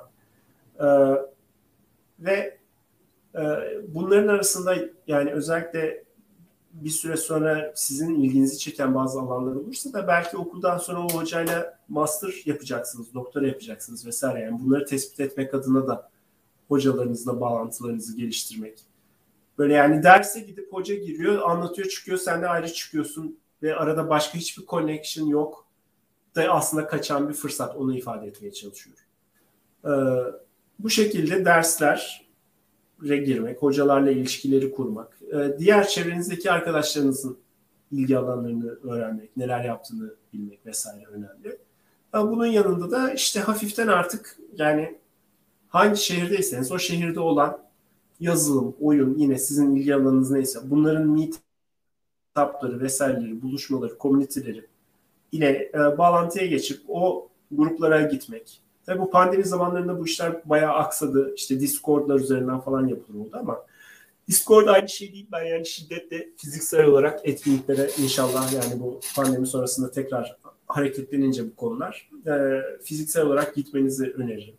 Ve bunların arasında yani özellikle bir süre sonra sizin ilginizi çeken bazı alanlar olursa da belki okuldan sonra o hocayla master yapacaksınız, doktora yapacaksınız vesaire. Yani bunları tespit etmek adına da hocalarınızla bağlantılarınızı geliştirmek. Böyle yani derse gidip hoca giriyor, anlatıyor, çıkıyor, sen de ayrı çıkıyorsun ve arada başka hiçbir connection yok da aslında kaçan bir fırsat, onu ifade etmeye çalışıyorum. Bu şekilde derslere girmek, hocalarla ilişkileri kurmak, diğer çevrenizdeki arkadaşlarınızın ilgi alanlarını öğrenmek, neler yaptığını bilmek vesaire önemli. Bunun yanında da işte hafiften artık yani hangi şehirdeyseniz o şehirde olan yazılım, oyun, yine sizin ilgi alanınız neyse bunların meetup'ları vesaireleri, buluşmaları, community'leri ile bağlantıya geçip o gruplara gitmek. Tabii bu pandemi zamanlarında bu işler bayağı aksadı. İşte Discord'lar üzerinden falan yapılıyordu ama Discord aynı şey değil. Ben yani şiddetle fiziksel olarak etkinliklere inşallah yani bu pandemi sonrasında tekrar hareketlenince bu konular fiziksel olarak gitmenizi öneririm.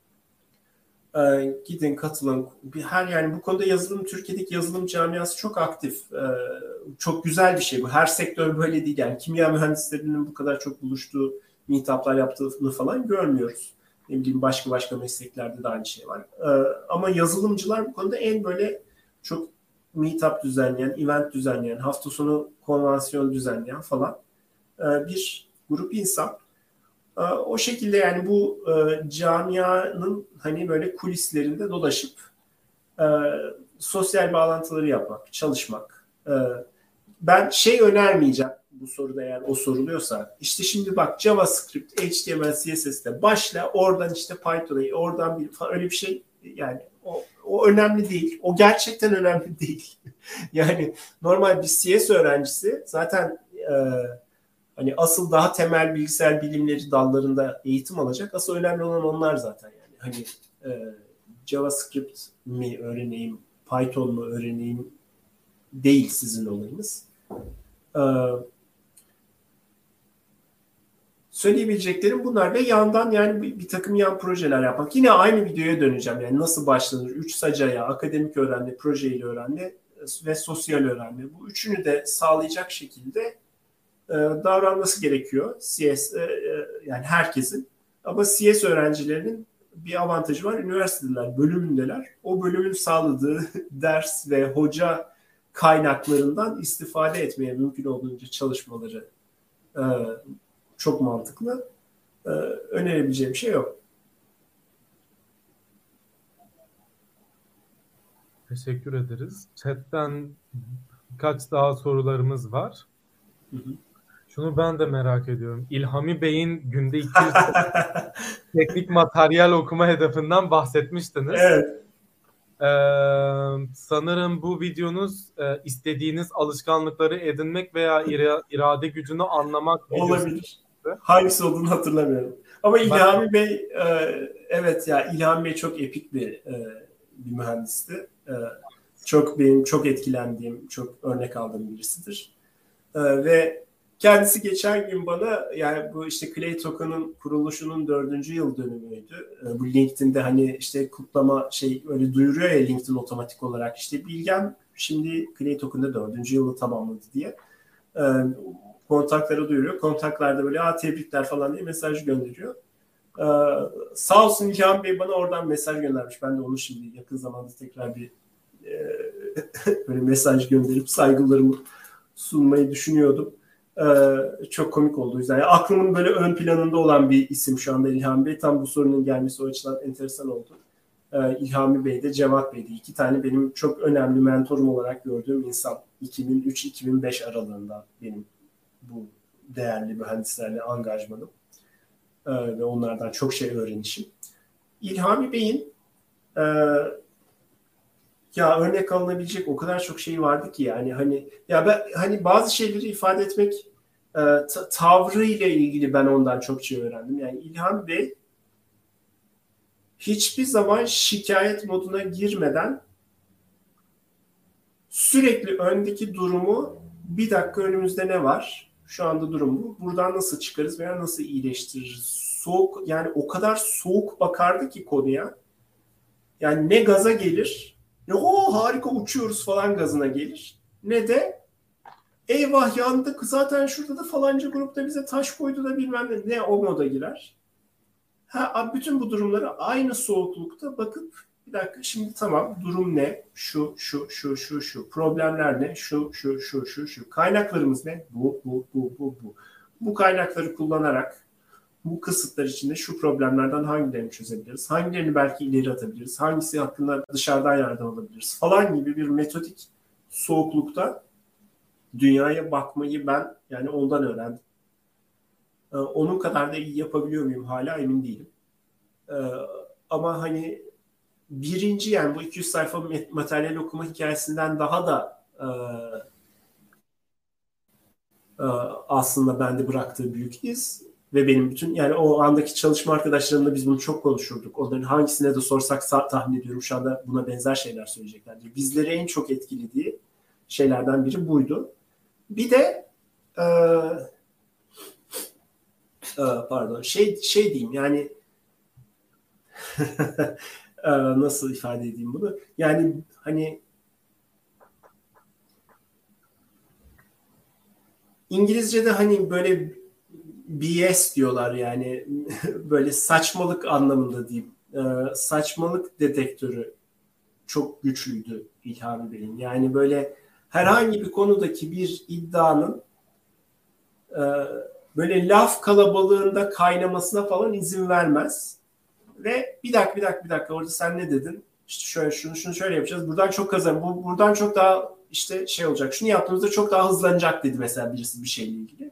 Gidin, katılın. Yani bu konuda Türkiye'deki yazılım camiası çok aktif. Çok güzel bir şey bu. Her sektör böyle değil. Yani kimya mühendislerinin bu kadar çok buluştuğu, meetup'lar yaptığını falan görmüyoruz. Ne bileyim başka mesleklerde de aynı şey var. Ama yazılımcılar bu konuda en böyle çok meetup düzenleyen, event düzenleyen, hafta sonu konvansiyon düzenleyen falan bir grup insan. O şekilde yani bu camianın hani böyle kulislerinde dolaşıp sosyal bağlantıları yapmak, çalışmak. Ben önermeyeceğim bu soruda, eğer o soruluyorsa. İşte şimdi bak JavaScript, HTML, CSS'de başla, oradan işte Python'a, oradan öyle bir şey yani o önemli değil. O gerçekten önemli değil. Yani normal bir CS öğrencisi zaten hani asıl daha temel bilgisayar bilimleri dallarında eğitim alacak. Asıl önemli olan onlar zaten yani. Hani JavaScript mi öğreneyim, Python mu öğreneyim değil sizin olayınız. Söyleyebileceklerim bunlar ve yandan yani bir takım yan projeler yapmak. Yine aynı videoya döneceğim. Yani nasıl başlanır? 3 sacaya, akademik öğrenme, projeyle öğrenme ve sosyal öğrenme. Bu üçünü de sağlayacak şekilde davranması gerekiyor CS yani herkesin. Ama CS öğrencilerinin bir avantajı var. Üniversiteler, bölümündeler. O bölümün sağladığı ders ve hoca kaynaklarından istifade etmeye mümkün olduğunca çalışmaları çok mantıklı. Önerebileceğim bir şey yok. Teşekkür ederiz. Chat'ten birkaç daha sorularımız var. Hı hı. Şunu ben de merak ediyorum. İlhami Bey'in günde 200 teknik materyal okuma hedefinden bahsetmiştiniz. Evet. Sanırım bu videonuz istediğiniz alışkanlıkları edinmek veya irade gücünü anlamak videosu. Olabilir. Hangisi olduğunu hatırlamıyorum. Ama İlhami Bey evet ya, İlhami Bey çok epik bir mühendisti. Benim çok etkilendiğim, çok örnek aldığım birisidir. Ve kendisi geçen gün bana yani bu işte Clay Token'ın kuruluşunun 4. yıl dönümüydü. Bu LinkedIn'de hani işte kutlama öyle duyuruyor ya LinkedIn otomatik olarak, işte Bilgem şimdi Clay Token'da 4. yılı tamamladı diye. Kontaklara duyuruyor. Kontaklarda böyle tebrikler falan diye mesaj gönderiyor. Sağ olsun İlhan Bey bana oradan mesaj göndermiş. Ben de onu şimdi yakın zamanda tekrar bir böyle mesaj gönderip saygılarımı sunmayı düşünüyordum. Çok komik oldu o yüzden. Yani aklımın böyle ön planında olan bir isim şu anda İlhami Bey. Tam bu sorunun gelmesi o açıdan enteresan oldu. İlhami Bey de Cevat Bey de 2 tane benim çok önemli mentorum olarak gördüğüm insan. 2003-2005 aralığında benim bu değerli mühendislerle angajmanım. Ve onlardan çok şey öğrenişim. İlhami Bey'in ya örnek alınabilecek o kadar çok şey vardı ki yani hani bazı şeyleri ifade etmek tavrı ile ilgili ben ondan çok şey öğrendim. Yani İlhan Bey hiçbir zaman şikayet moduna girmeden sürekli öndeki durumu, bir dakika önümüzde ne var? Şu anda durum bu. Buradan nasıl çıkarız veya nasıl iyileştiririz soğuk, yani o kadar soğuk bakardı ki konuya. Yani ne gaza gelir, ne o harika uçuyoruz falan gazına gelir, ne de eyvah yandık zaten şurada da falanca grupta bize taş koydu da bilmem ne o moda girer. Bütün bu durumları aynı soğuklukta bakıp bir dakika şimdi tamam durum ne? Şu. Problemler ne? Şu. Kaynaklarımız ne? Bu. Bu kaynakları kullanarak bu kısıtlar içinde şu problemlerden hangilerini çözebiliriz? Hangilerini belki ileri atabiliriz? Hangisi hakkında dışarıdan yardım alabiliriz? Falan gibi bir metodik soğuklukta dünyaya bakmayı ben yani ondan öğrendim. Onun kadar da iyi yapabiliyor muyum hala emin değilim. Ama hani birinci yani bu 200 sayfa materyal okuma hikayesinden daha da aslında bende bıraktığı büyük iz ve benim bütün yani o andaki çalışma arkadaşlarımla biz bunu çok konuşurduk. Onların hangisine de sorsak tahmin ediyorum şu anda buna benzer şeyler söyleyeceklerdir. Bizleri en çok etkilediği şeylerden biri buydu. Bir de pardon şey diyeyim yani nasıl ifade edeyim bunu? Yani hani İngilizce'de hani böyle BS diyorlar yani böyle saçmalık anlamında diyeyim. Saçmalık detektörü çok güçlüydü İlhami Bey'in. Yani böyle herhangi bir konudaki bir iddianın böyle laf kalabalığında kaynamasına falan izin vermez. Ve bir dakika orada sen ne dedin? İşte şöyle şunu şöyle yapacağız. Buradan çok buradan çok daha işte şey olacak. Şunu yaptığımızda çok daha hızlanacak dedi mesela birisi bir şeyle ilgili.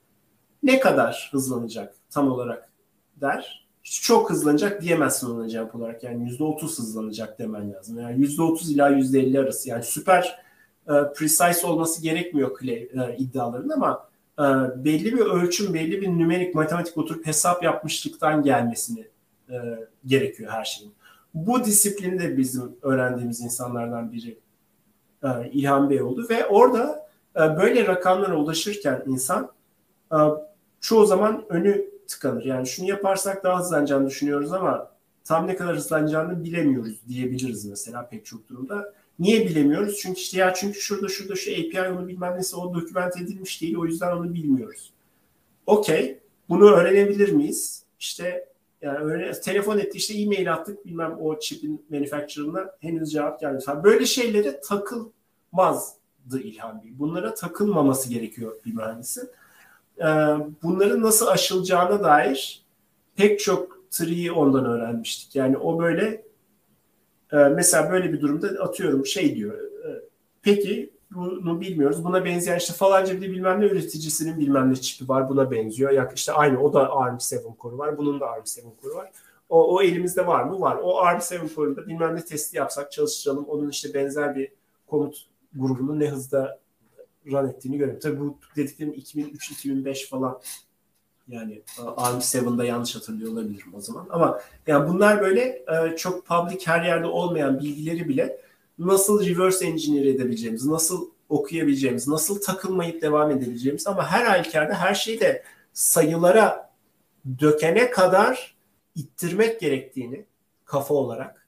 Ne kadar hızlanacak tam olarak der. İşte çok hızlanacak diyemezsin ona cevap olarak. Yani %30 hızlanacak demen lazım. Yani %30 ila %50 arası. Yani süper precise olması gerekmiyor iddiaların ama belli bir ölçüm, belli bir nümerik matematik oturup hesap yapmışlıktan gelmesini gerekiyor her şeyin. Bu disiplini de bizim öğrendiğimiz insanlardan biri İlhan Bey oldu ve orada böyle rakamlara ulaşırken insan çoğu zaman önü tıkanır. Yani şunu yaparsak daha hızlanacağını düşünüyoruz ama tam ne kadar hızlanacağını bilemiyoruz diyebiliriz mesela pek çok durumda. Niye bilemiyoruz? Çünkü işte çünkü şurada şu API onu bilmem neyse o dokümente edilmiş değil o yüzden onu bilmiyoruz. Okey. Bunu öğrenebilir miyiz? İşte yani telefon etti işte e-mail attık bilmem o chip'in manufacturer'ına henüz cevap gelmedi. Böyle şeylere takılmazdı İlhan Bey. Bunlara takılmaması gerekiyor bir mühendisin. Bunların nasıl aşılacağına dair pek çok triyi ondan öğrenmiştik. Yani o böyle mesela böyle bir durumda atıyorum şey diyor. Peki bunu bilmiyoruz. Buna benzeyen işte falanca bir bilmem ne üreticisinin bilmem ne çipi var. Buna benziyor. Ya işte aynı o da ARM7 Core var. Bunun da ARM7 Core var. O elimizde var mı? Var. O ARM7 Core'da bilmem ne testi yapsak çalıştıralım. Onun işte benzer bir komut grubunun ne hızda run ettiğini görelim. Tabii bu dediklerim 2003-2005 falan. Yani ARM7'da yanlış hatırlıyor olabilirim o zaman. Ama yani bunlar böyle çok public her yerde olmayan bilgileri bile nasıl reverse engineer edebileceğimiz, nasıl okuyabileceğimiz, nasıl takılmayıp devam edebileceğimiz ama her halükarda her şeyi de sayılara dökene kadar ittirmek gerektiğini kafa olarak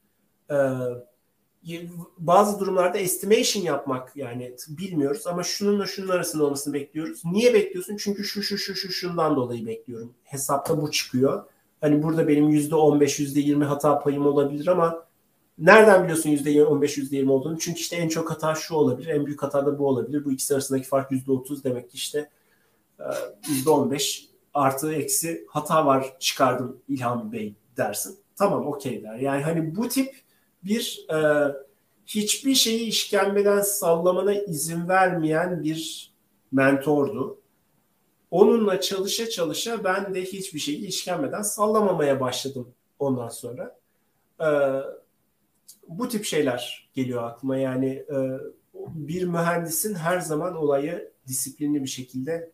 bazı durumlarda estimation yapmak yani bilmiyoruz ama şununla şunun arasında olmasını bekliyoruz. Niye bekliyorsun? Çünkü şundan dolayı bekliyorum. Hesapta bu çıkıyor. Hani burada benim %15, %20 hata payım olabilir ama nereden biliyorsun %15, %20 olduğunu? Çünkü işte en çok hata şu olabilir, en büyük hata da bu olabilir. Bu ikisi arasındaki fark %30 demek ki işte %15 artı eksi hata var çıkardım İlham Bey dersin. Tamam okey der. Yani hani bu tip bir hiçbir şeyi işkembeden sallamana izin vermeyen bir mentordu. Onunla çalışa çalışa ben de hiçbir şeyi işkembeden sallamamaya başladım ondan sonra. Bu tip şeyler geliyor aklıma. Yani bir mühendisin her zaman olayı disiplinli bir şekilde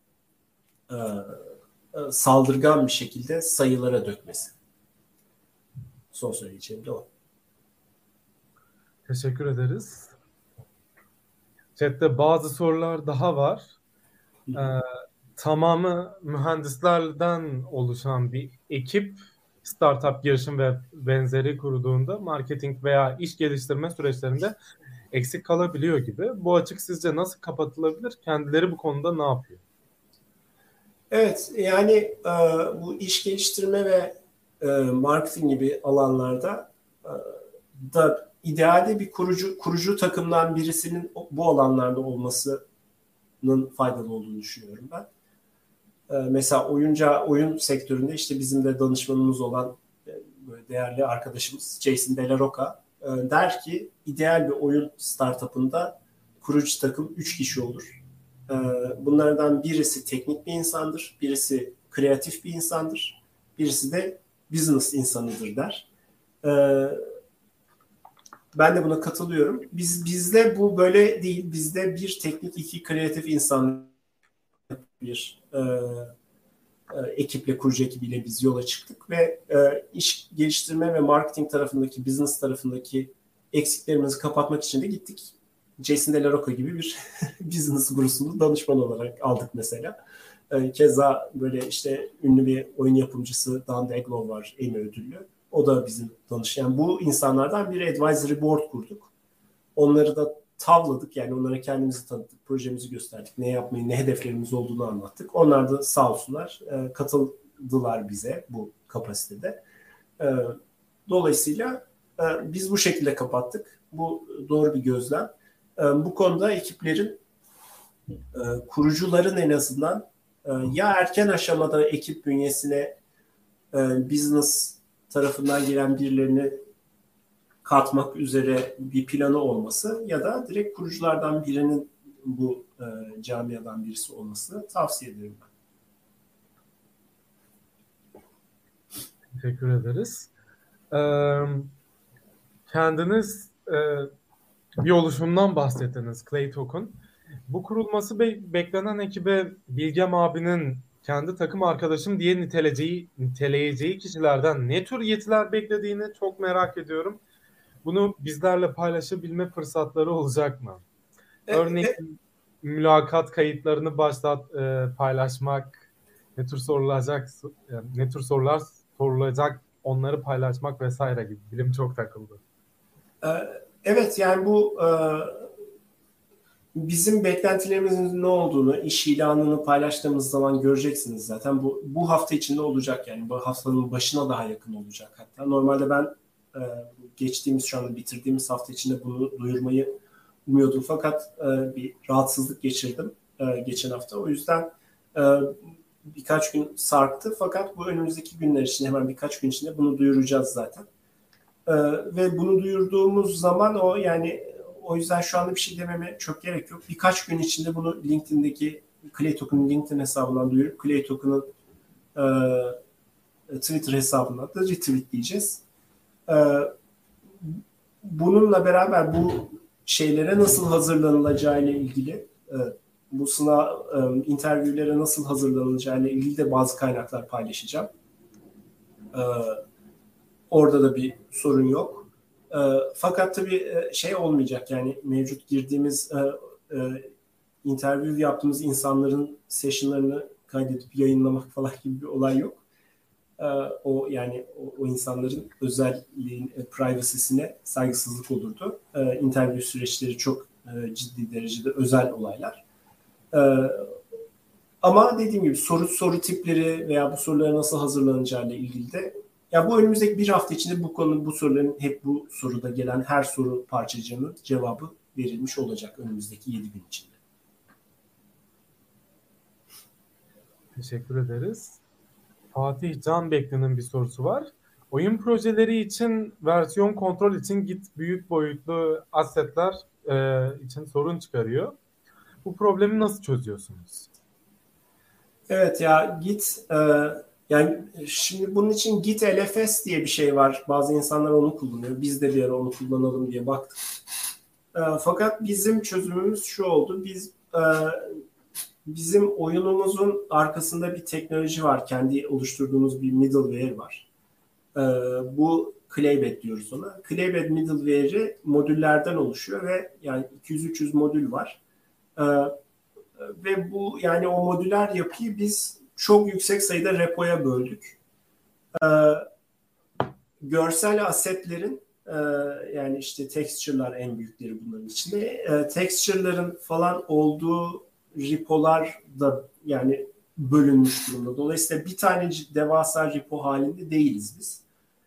saldırgan bir şekilde sayılara dökmesi. Son söyleyeceğim de o. Teşekkür ederiz. Chat'te bazı sorular daha var. tamamı mühendislerden oluşan bir ekip startup, girişim ve benzeri kurduğunda marketing veya iş geliştirme süreçlerinde eksik kalabiliyor gibi. Bu açık sizce nasıl kapatılabilir? Kendileri bu konuda ne yapıyor? Evet, yani bu iş geliştirme ve marketing gibi alanlarda da idealde bir kurucu takımdan birisinin bu alanlarda olmasının faydalı olduğunu düşünüyorum ben. Mesela oyun sektöründe işte bizim de danışmanımız olan böyle değerli arkadaşımız Jason De La Rocca der ki ideal bir oyun startup'ında kurucu takım 3 kişi olur. Bunlardan birisi teknik bir insandır, birisi kreatif bir insandır, birisi de business insanıdır der. Ben de buna katılıyorum. Bizde bu böyle değil. Bizde bir teknik, iki kreatif insan bir ekiple, kurucu ekibiyle biz yola çıktık ve iş geliştirme ve marketing tarafındaki, business tarafındaki eksiklerimizi kapatmak için de gittik. Jason De La Rocca gibi bir business gurusunu danışman olarak aldık mesela. Keza böyle işte ünlü bir oyun yapımcısı Dan Deglow var, Emmy ödüllü. O da bizim yani bu insanlardan bir advisory board kurduk. Onları da tavladık, yani onlara kendimizi tanıttık, projemizi gösterdik, ne yapmayı, ne hedeflerimiz olduğunu anlattık. Onlar da sağ olsunlar katıldılar bize bu kapasitede. Dolayısıyla biz bu şekilde kapattık. Bu doğru bir gözlem. Bu konuda ekiplerin, kurucuların en azından ya erken aşamada ekip bünyesine business tarafından gelen birilerini katmak üzere bir planı olması ya da direkt kuruculardan birinin bu camiadan birisi olmasını tavsiye ederim ben. Teşekkür ederiz. Kendiniz bir oluşumdan bahsettiniz, Claytoken. Bu kurulması beklenen ekibe Bilgem abinin kendi takım arkadaşım diye niteleyeceği kişilerden ne tür yetiler beklediğini çok merak ediyorum. Bunu bizlerle paylaşabilme fırsatları olacak mı? Örneğin mülakat kayıtlarını paylaşmak, ne tür ne tür sorular sorulacak, onları paylaşmak vesaire gibi. Bilim çok takıldı. Evet, yani bu bizim beklentilerimizin ne olduğunu, iş ilanını paylaştığımız zaman göreceksiniz zaten. Bu hafta içinde olacak, yani bu haftanın başına daha yakın olacak hatta. Normalde ben geçtiğimiz, şu anda bitirdiğimiz hafta içinde bunu duyurmayı umuyordum. Fakat bir rahatsızlık geçirdim geçen hafta. O yüzden birkaç gün sarktı. Fakat bu önümüzdeki günler için, hemen birkaç gün içinde bunu duyuracağız zaten. Ve bunu duyurduğumuz zaman o yüzden şu anda bir şey dememe çok gerek yok. Birkaç gün içinde bunu LinkedIn'deki Claytoken'ın LinkedIn hesabından duyurup Claytoken'ın Twitter hesabından da retweetleyeceğiz. Bununla beraber bu şeylere nasıl hazırlanılacağı ile ilgili, bu interviewlere nasıl hazırlanılacağı ile ilgili de bazı kaynaklar paylaşacağım. Orada da bir sorun yok. Fakat tabii şey olmayacak, yani mevcut girdiğimiz interview yaptığımız insanların session'larını kaydedip yayınlamak falan gibi bir olay yok. O insanların özelliğin privacy'sine saygısızlık olurdu. Interview süreçleri çok ciddi derecede özel olaylar. Ama dediğim gibi soru tipleri veya bu sorulara nasıl hazırlanacağıyla ilgili de, ya bu önümüzdeki bir hafta içinde bu soruların, hep bu soruda gelen her soru parçacığının cevabı verilmiş olacak önümüzdeki 7 gün içinde. Teşekkür ederiz. Fatih Canbekli'nin bir sorusu var. Oyun projeleri için versiyon kontrol için Git büyük boyutlu assetler için sorun çıkarıyor. Bu problemi nasıl çözüyorsunuz? Evet ya, Git yani şimdi bunun için Git LFS diye bir şey var. Bazı insanlar onu kullanıyor. Biz de bir ara onu kullanalım diye baktık. Fakat bizim çözümümüz şu oldu. Bizim oyunumuzun arkasında bir teknoloji var. Kendi oluşturduğumuz bir middleware var. Bu Claybed diyoruz ona. Claybed middleware'i modüllerden oluşuyor ve yani 200-300 modül var. Ve bu yani o modüler yapıyı biz çok yüksek sayıda repoya böldük. E, Görsel asetlerin yani işte texture'lar en büyükleri bunların içinde. Texture'ların falan olduğu repolar da yani bölünmüş durumda. Dolayısıyla bir tane devasa repo halinde değiliz biz.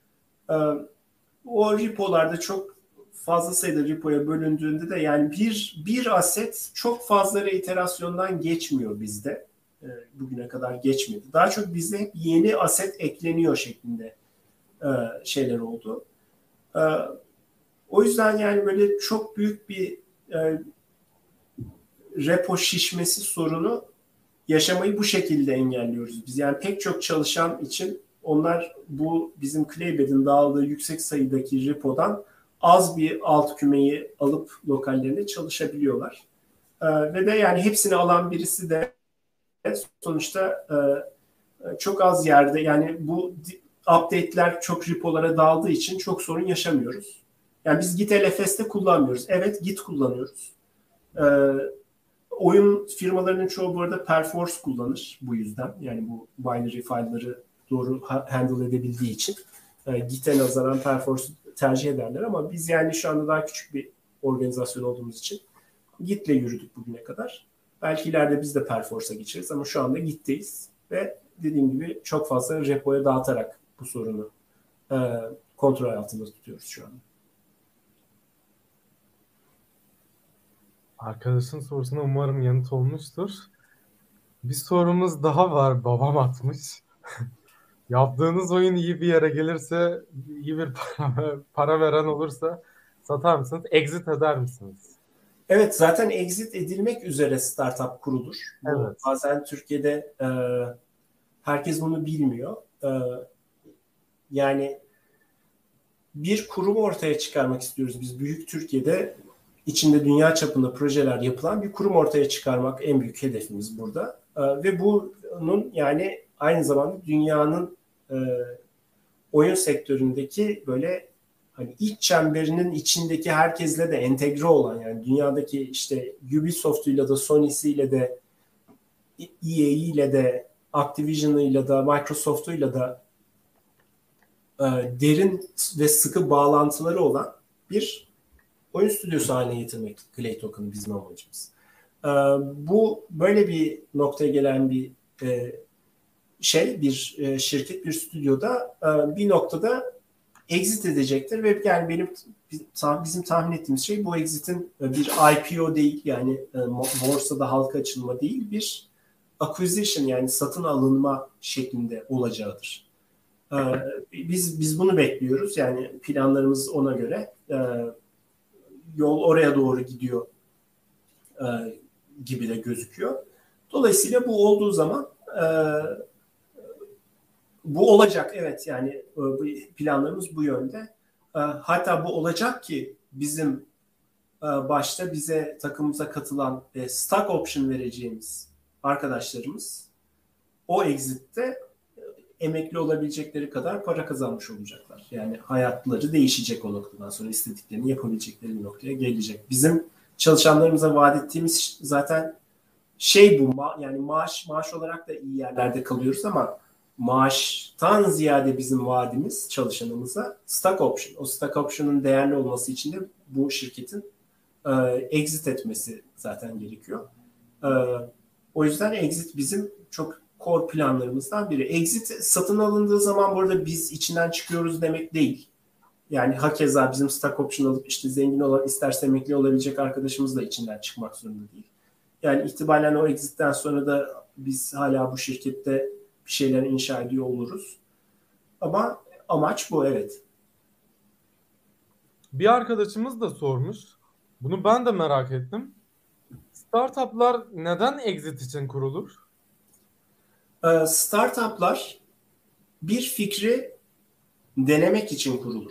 O repolarda çok fazla sayıda repoya bölündüğünde de yani bir aset çok fazla iterasyondan geçmiyor bizde. Bugüne kadar geçmedi. Daha çok bizde hep yeni aset ekleniyor şeklinde şeyler oldu. O yüzden yani böyle çok büyük bir repo şişmesi sorunu yaşamayı bu şekilde engelliyoruz biz. Yani pek çok çalışan için onlar bu bizim Claybed'in dağıldığı yüksek sayıdaki repodan az bir alt kümeyi alıp lokallerine çalışabiliyorlar. Ve de yani hepsini alan birisi de sonuçta çok az yerde yani bu update'ler çok repolara dağıldığı için çok sorun yaşamıyoruz. Yani biz Git LFS'te kullanmıyoruz. Evet Git kullanıyoruz. Oyun firmalarının çoğu bu arada Perforce kullanır bu yüzden. Yani bu binary file'ları doğru handle edebildiği için. Git'e nazaran Perforce'u tercih ederler ama biz yani şu anda daha küçük bir organizasyon olduğumuz için Git'le yürüdük bugüne kadar. Belki ileride biz de Perforce'a geçeriz ama şu anda Git'teyiz ve dediğim gibi çok fazla repoya dağıtarak bu sorunu kontrol altında tutuyoruz şu anda. Arkadaşın sorusuna umarım yanıt olmuştur. Bir sorumuz daha var. Babam atmış. Yaptığınız oyun iyi bir yere gelirse, iyi bir para veren olursa satar mısınız? Exit eder misiniz? Evet, zaten exit edilmek üzere startup kurulur. Bu Evet. bazen Türkiye'de herkes bunu bilmiyor. Yani bir kurum ortaya çıkarmak istiyoruz. Biz büyük Türkiye'de içinde dünya çapında projeler yapılan bir kurum ortaya çıkarmak en büyük hedefimiz burada. Ve bunun yani aynı zamanda dünyanın oyun sektöründeki böyle hani iç çemberinin içindeki herkesle de entegre olan yani dünyadaki işte Ubisoft'uyla da Sony'siyle de EA'yle de Activision'ıyla da Microsoft'uyla da derin ve sıkı bağlantıları olan bir oyun stüdyosu haline getirmek Clay Token'ın bizim amacımız. Bu böyle bir noktaya gelen bir bir şirket, bir stüdyoda bir noktada exit edecektir ve yani bizim tahmin ettiğimiz şey bu exit'in bir IPO değil yani borsada halka açılma değil bir acquisition yani satın alınma şeklinde olacağıdır. Biz bunu bekliyoruz yani planlarımız ona göre yol oraya doğru gidiyor gibi de gözüküyor. Dolayısıyla bu olduğu zaman bu olacak evet yani planlarımız bu yönde. Hatta bu olacak ki bizim başta bize takımımıza katılan stock option vereceğimiz arkadaşlarımız o exit'te emekli olabilecekleri kadar para kazanmış olacaklar. Yani hayatları değişecek o noktadan sonra istediklerini yapabilecekleri bir noktaya gelecek. Bizim çalışanlarımıza vaat ettiğimiz zaten bu yani maaş olarak da iyi yerlerde kalıyoruz ama maaştan ziyade bizim vaadimiz çalışanımıza stock option. O stock option'un değerli olması için de bu şirketin exit etmesi zaten gerekiyor. O yüzden exit bizim çok core planlarımızdan biri. Exit satın alındığı zaman burada biz içinden çıkıyoruz demek değil. Yani hakeza bizim stock option alıp işte zengin olan isterse emekli olabilecek arkadaşımız da içinden çıkmak zorunda değil. Yani ihtimalen o exit'ten sonra da biz hala bu şirkette bir şeyler inşa ediyor oluruz. Ama amaç bu evet. Bir arkadaşımız da sormuş. Bunu ben de merak ettim. Startuplar neden exit için kurulur? Startuplar bir fikri denemek için kurulur.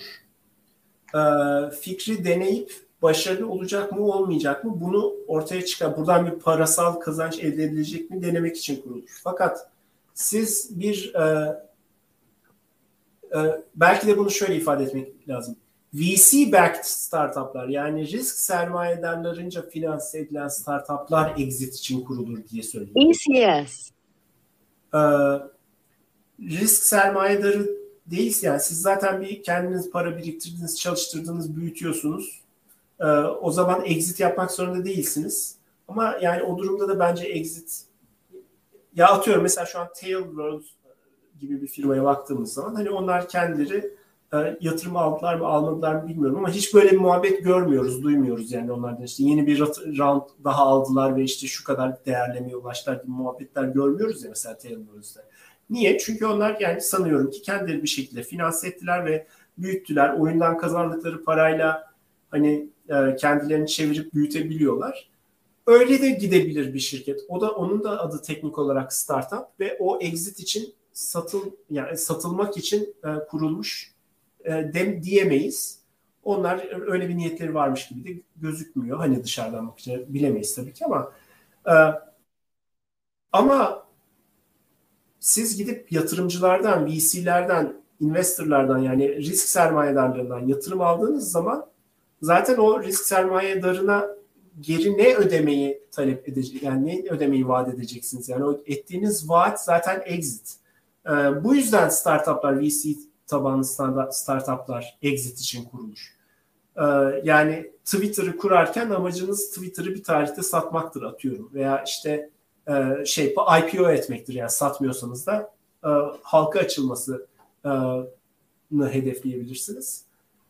Fikri deneyip başarılı olacak mı olmayacak mı bunu ortaya çıkar. Buradan bir parasal kazanç elde edilecek mi denemek için kurulur. Fakat siz belki de bunu şöyle ifade etmek lazım. VC-backed startuplar, yani risk sermayedarlarınca finanse edilen startuplar exit için kurulur diye söylüyorum. ECS. Risk sermayedarı değilse, yani siz zaten bir kendiniz para biriktirdiniz, çalıştırdınız, büyütüyorsunuz. O zaman exit yapmak zorunda değilsiniz. Ama yani o durumda da bence exit, ya atıyorum mesela şu an Tailworld gibi bir firmaya baktığımız zaman hani onlar kendileri yatırım aldılar mı almadılar mı bilmiyorum ama hiç böyle bir muhabbet görmüyoruz, duymuyoruz yani onlardan işte yeni bir round daha aldılar ve işte şu kadar değerlemeye ulaştılar gibi muhabbetler görmüyoruz ya mesela Tailworld'da. Niye? Çünkü onlar yani sanıyorum ki kendileri bir şekilde finanse ettiler ve büyüttüler. Oyundan kazandıkları parayla hani kendilerini çevirip büyütebiliyorlar. Öyle de gidebilir bir şirket. O da, onun da adı teknik olarak startup ve o exit için satılmak için kurulmuş diyemeyiz. Onlar öyle bir niyetleri varmış gibi de gözükmüyor. Hani dışarıdan bakınca bilemeyiz tabii ki ama siz gidip yatırımcılardan, VC'lerden, investorlardan yani risk sermayedarlarından yatırım aldığınız zaman zaten o risk sermayedarına geri ne ödemeyi talep edecek, yani ne ödemeyi vaat edeceksiniz? Yani o ettiğiniz vaat zaten exit. Bu yüzden startuplar, VC tabanlı startuplar exit için kurulur. Yani Twitter'ı kurarken amacınız Twitter'ı bir tarihte satmaktır atıyorum. Veya işte IPO etmektir, yani satmıyorsanız da halka açılmasını hedefleyebilirsiniz.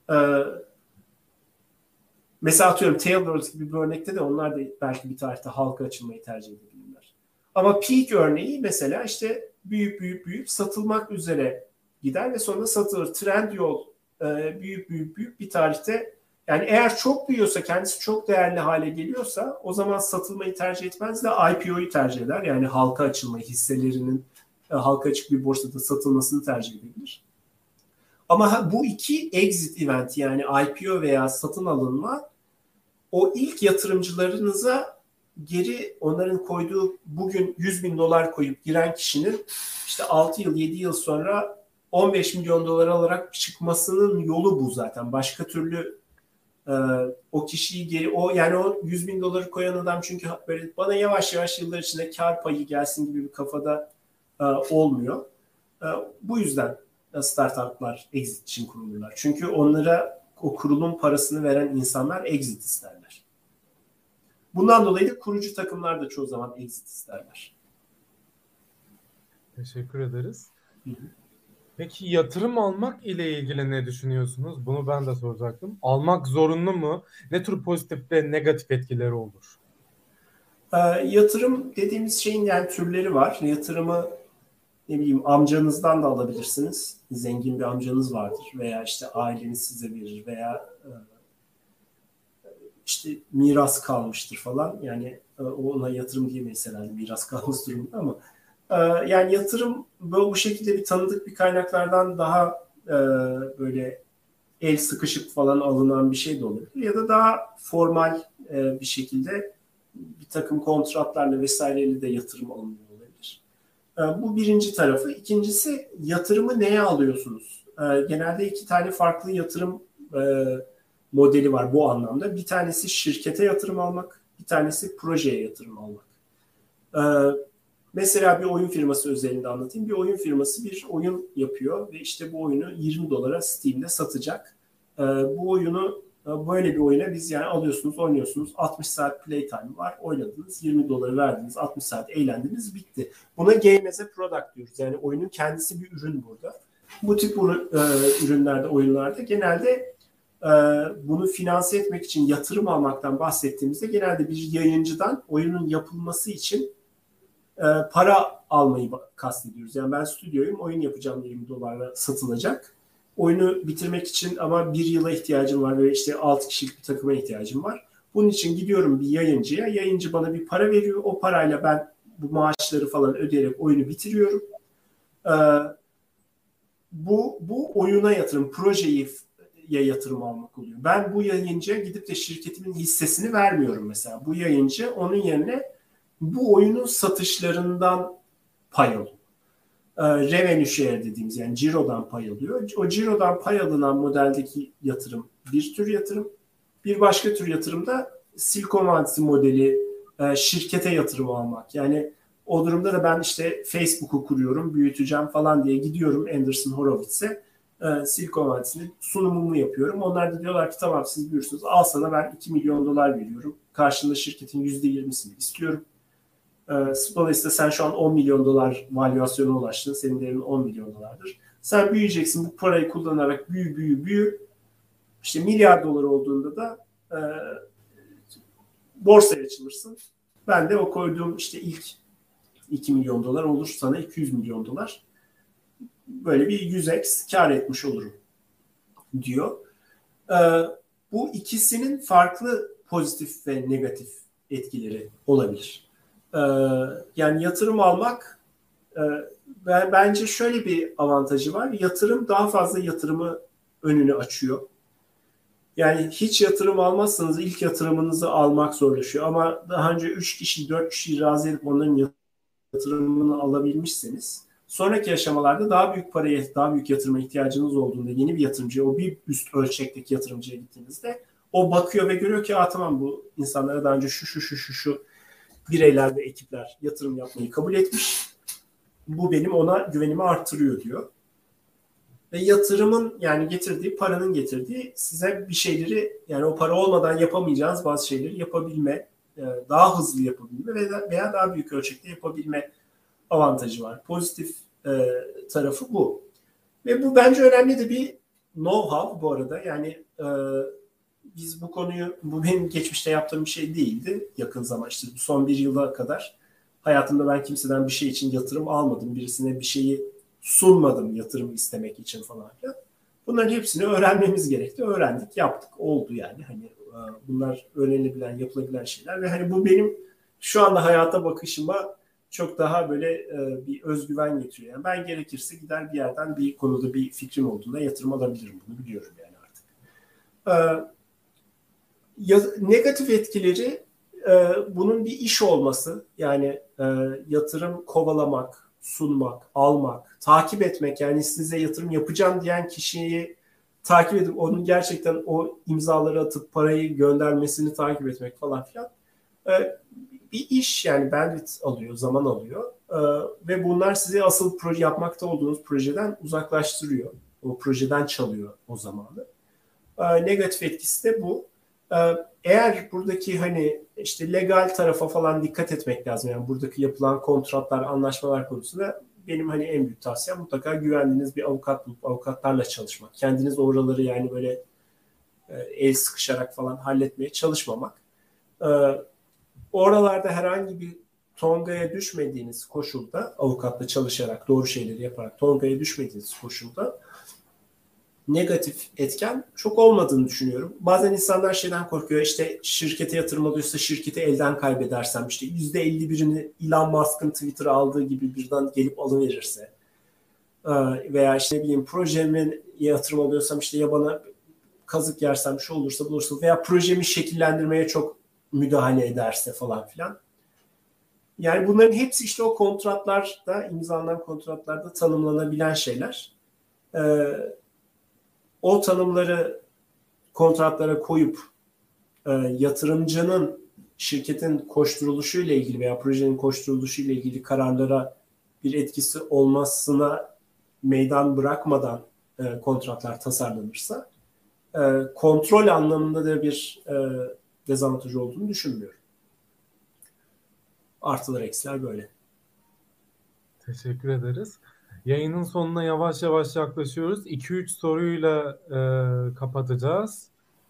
Mesela atıyorum Tailworld gibi bir örnekte de onlar da belki bir tarihte halka açılmayı tercih edebilirler. Ama Peak örneği mesela işte büyüyüp satılmak üzere gider ve sonra satılır. Trendyol büyüyüp bir tarihte, yani eğer çok büyüyorsa, kendisi çok değerli hale geliyorsa o zaman satılmayı tercih etmez de IPO'yu tercih eder. Yani halka açılmayı, hisselerinin halka açık bir borsada satılmasını tercih edebilir. Ama bu iki exit event, yani IPO veya satın alınma, o ilk yatırımcılarınıza geri onların koyduğu, bugün $100.000 koyup giren kişinin işte 6 yıl 7 yıl sonra 15 milyon dolar alarak çıkmasının yolu bu zaten. Başka türlü o kişiyi geri, yani o $100.000 koyan adam çünkü böyle bana yavaş yavaş yıllar içinde kar payı gelsin gibi bir kafada olmuyor. Bu yüzden startuplar exit için kurulurlar. Çünkü onlara o kurulum parasını veren insanlar exit isterler. Bundan dolayı da kurucu takımlar da çoğu zaman exit isterler. Teşekkür ederiz. Peki yatırım almak ile ilgili ne düşünüyorsunuz? Bunu ben de soracaktım. Almak zorunlu mu? Ne tür pozitif ve negatif etkileri olur? Yatırım dediğimiz şeyin yani türleri var. Yatırımı ne bileyim amcanızdan da alabilirsiniz. Zengin bir amcanız vardır veya işte aileniz size verir veya işte miras kalmıştır falan. Yani ona yatırım diyemeyiz herhalde miras kalması durumunda ama yani yatırım bu şekilde bir tanıdık bir kaynaklardan daha böyle el sıkışıp falan alınan bir şey de olabilir. Ya da daha formal bir şekilde bir takım kontratlarla vesaireyle de yatırım alınıyor olabilir. Bu birinci tarafı. İkincisi, yatırımı neye alıyorsunuz? Genelde iki tane farklı yatırım modeli var bu anlamda. Bir tanesi şirkete yatırım almak, bir tanesi projeye yatırım almak. Mesela bir oyun firması özelinde anlatayım. Bir oyun firması bir oyun yapıyor ve işte bu oyunu $20 Steam'de satacak. Bu oyunu, böyle bir oyuna biz yani alıyorsunuz, oynuyorsunuz. 60 saat playtime var, oynadınız, $20 verdiniz, 60 saat eğlendiniz, bitti. Buna game as a product diyoruz. Yani oyunun kendisi bir ürün burada. Bu tip ürünlerde, oyunlarda genelde bunu finanse etmek için yatırım almaktan bahsettiğimizde genelde bir yayıncıdan oyunun yapılması için para almayı kastediyoruz. Yani ben stüdyoyum, oyun yapacağım, $20 satılacak. Oyunu bitirmek için ama bir yıla ihtiyacım var ve işte 6 kişilik bir takıma ihtiyacım var. Bunun için gidiyorum bir yayıncıya. Yayıncı bana bir para veriyor. O parayla ben bu maaşları falan ödeyerek oyunu bitiriyorum. Bu oyuna yatırım, projeye yatırım almak oluyor. Ben bu yayıncıya gidip de şirketimin hissesini vermiyorum mesela. Bu yayıncı onun yerine bu oyunun satışlarından pay alıyor. Revenue share dediğimiz, yani cirodan pay alıyor. O cirodan pay alınan modeldeki yatırım bir tür yatırım. Bir başka tür yatırım da Silikon Vadisi modeli şirkete yatırım almak. Yani o durumda da ben işte Facebook'u kuruyorum, büyüteceğim falan diye gidiyorum Andreessen Horowitz'e. Silikon Vadisi'nde sunumumu yapıyorum. Onlar da diyorlar ki tamam siz büyürsünüz. Al sana ben 2 milyon dolar veriyorum. Karşında şirketin %20'sini istiyorum. Dolayısıyla sen şu an 10 milyon dolar valuasyona ulaştın. Senin değerin 10 milyon dolardır. Sen büyüyeceksin. Bu parayı kullanarak büyü. İşte milyar dolar olduğunda da borsaya açılırsın. Ben de o koyduğum işte ilk 2 milyon dolar olur sana 200 milyon dolar. Böyle bir 100x kar etmiş olurum diyor. Bu ikisinin farklı pozitif ve negatif etkileri olabilir. Yani yatırım almak bence şöyle bir avantajı var. Yatırım daha fazla yatırımı önünü açıyor. Yani hiç yatırım almazsanız ilk yatırımınızı almak zorlaşıyor. Ama daha önce 3 kişi 4 kişiyi razı edip onların yatırımını alabilmişseniz sonraki aşamalarda daha büyük paraya, daha büyük yatırıma ihtiyacınız olduğunda yeni bir yatırımcıya, o bir üst ölçekteki yatırımcıya gittiğinizde o bakıyor ve görüyor ki tamam bu insanlara daha önce şu bireyler ve ekipler yatırım yapmayı kabul etmiş. Bu benim ona güvenimi arttırıyor diyor. Ve yatırımın yani getirdiği, paranın getirdiği size bir şeyleri yani o para olmadan yapamayacağınız bazı şeyleri yapabilme, daha hızlı yapabilme veya daha büyük ölçekte yapabilme avantajı var. Pozitif tarafı bu. Ve bu bence önemli de bir know-how bu arada. Yani biz bu konuyu, bu benim geçmişte yaptığım bir şey değildi yakın zaman. İşte son bir yıla kadar hayatımda ben kimseden bir şey için yatırım almadım. Birisine bir şeyi sunmadım yatırım istemek için falan. Bunların hepsini öğrenmemiz gerekti. Öğrendik, yaptık, oldu yani. Hani bunlar öğrenilebilen, yapılabilen şeyler ve hani bu benim şu anda hayata bakışıma çok daha böyle bir özgüven getiriyor. Yani ben gerekirse gider bir yerden bir konuda bir fikrim olduğunda yatırım alabilirim. Bunu biliyorum yani artık. Negatif etkileri bunun bir iş olması. Yani yatırım kovalamak, sunmak, almak, takip etmek. Yani size yatırım yapacağım diyen kişiyi takip edip onun gerçekten o imzaları atıp parayı göndermesini takip etmek falan filan. Bir iş yani bandwidth alıyor, zaman alıyor. Ve bunlar sizi asıl proje yapmakta olduğunuz projeden uzaklaştırıyor. O projeden çalıyor o zamanı. Negatif etkisi de bu. Eğer buradaki hani işte legal tarafa falan dikkat etmek lazım. Yani buradaki yapılan kontratlar, anlaşmalar konusunda benim hani en büyük tavsiyem mutlaka güvendiğiniz bir avukat bulup avukatlarla çalışmak. Kendiniz oraları yani böyle el sıkışarak falan halletmeye çalışmamak. Oralarda herhangi bir tongaya düşmediğiniz koşulda avukatla çalışarak, doğru şeyleri yaparak tongaya düşmediğiniz koşulda negatif etken çok olmadığını düşünüyorum. Bazen insanlar şeyden korkuyor. İşte şirkete yatırım alıyorsa şirketi elden kaybedersem işte %51'ini Elon Musk'ın Twitter'a aldığı gibi birden gelip alıverirse veya işte ne bileyim projeme yatırım alıyorsam işte ya bana kazık yersem şu olursa bu olursa veya projemi şekillendirmeye çok müdahale ederse falan filan. Yani bunların hepsi işte o kontratlarda, imzalanan kontratlarda tanımlanabilen şeyler. O tanımları kontratlara koyup yatırımcının şirketin koşturuluşuyla ilgili veya projenin koşturuluşuyla ilgili kararlara bir etkisi olmasına meydan bırakmadan kontratlar tasarlanırsa kontrol anlamında da bir dezavantajı olduğunu düşünmüyorum. Artılar eksiler böyle. Teşekkür ederiz. Yayının sonuna yavaş yavaş yaklaşıyoruz. 2-3 soruyla kapatacağız.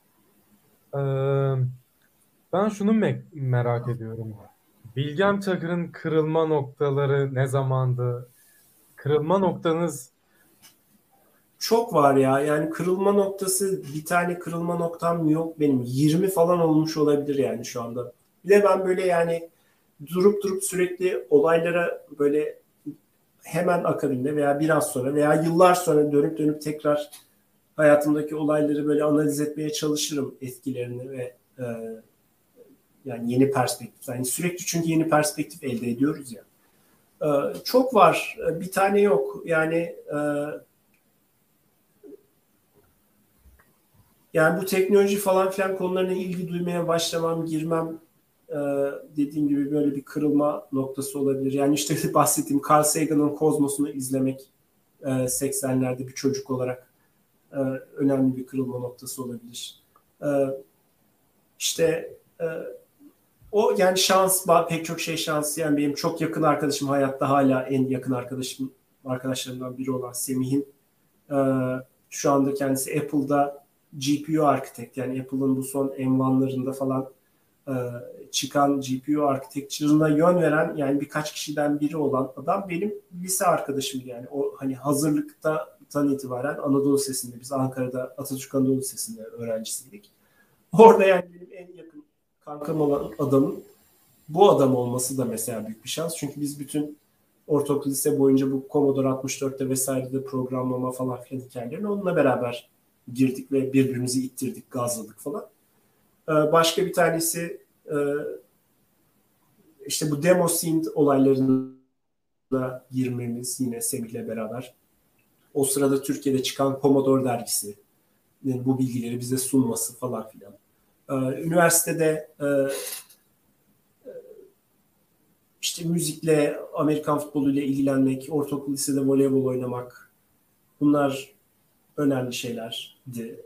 Ben şunu merak ediyorum. Bilgem Çakır'ın kırılma noktaları ne zamandı? Kırılma noktanız çok var ya. Yani kırılma noktası bir tane kırılma noktam yok benim. 20 falan olmuş olabilir yani şu anda. Bir de ben böyle yani durup sürekli olaylara böyle hemen akabinde veya biraz sonra veya yıllar sonra dönüp tekrar hayatımdaki olayları böyle analiz etmeye çalışırım etkilerini ve yani yeni perspektif. Yani sürekli çünkü yeni perspektif elde ediyoruz ya. Çok var. Bir tane yok. Yani Yani bu teknoloji falan filan konularına ilgi duymaya başlamam, girmem dediğim gibi böyle bir kırılma noktası olabilir. Yani işte bahsettiğim Carl Sagan'ın Kozmos'unu izlemek 80'lerde bir çocuk olarak önemli bir kırılma noktası olabilir. E, işte o yani şans, pek çok şey şans. Yani benim çok yakın arkadaşım, hayatta hala en yakın arkadaşlarımdan biri olan Semih'in e, şu anda kendisi Apple'da GPU architect, yani Apple'ın bu son M1'larında falan e, çıkan GPU architecture'ına yön veren, yani birkaç kişiden biri olan adam benim lise arkadaşım. Yani o hani hazırlıktan itibaren Anadolu Lisesi'nde, biz Ankara'da Atatürk Anadolu Lisesi'nde öğrencisiydik. Orada yani benim en yakın kankam olan adamın bu adam olması da mesela büyük bir şans. Çünkü biz bütün ortaokul lise boyunca bu Commodore 64'te vesairede programlama falan filan hikayelerine onunla beraber girdik ve birbirimizi ittirdik, gazladık falan. Başka bir tanesi işte bu demo synth olaylarına girmemiz yine Semih'le beraber. O sırada Türkiye'de çıkan Commodore dergisi bu bilgileri bize sunması falan filan. Üniversitede işte müzikle, Amerikan futboluyla ilgilenmek, ortaokul lisede voleybol oynamak, bunlar önemli şeylerdi.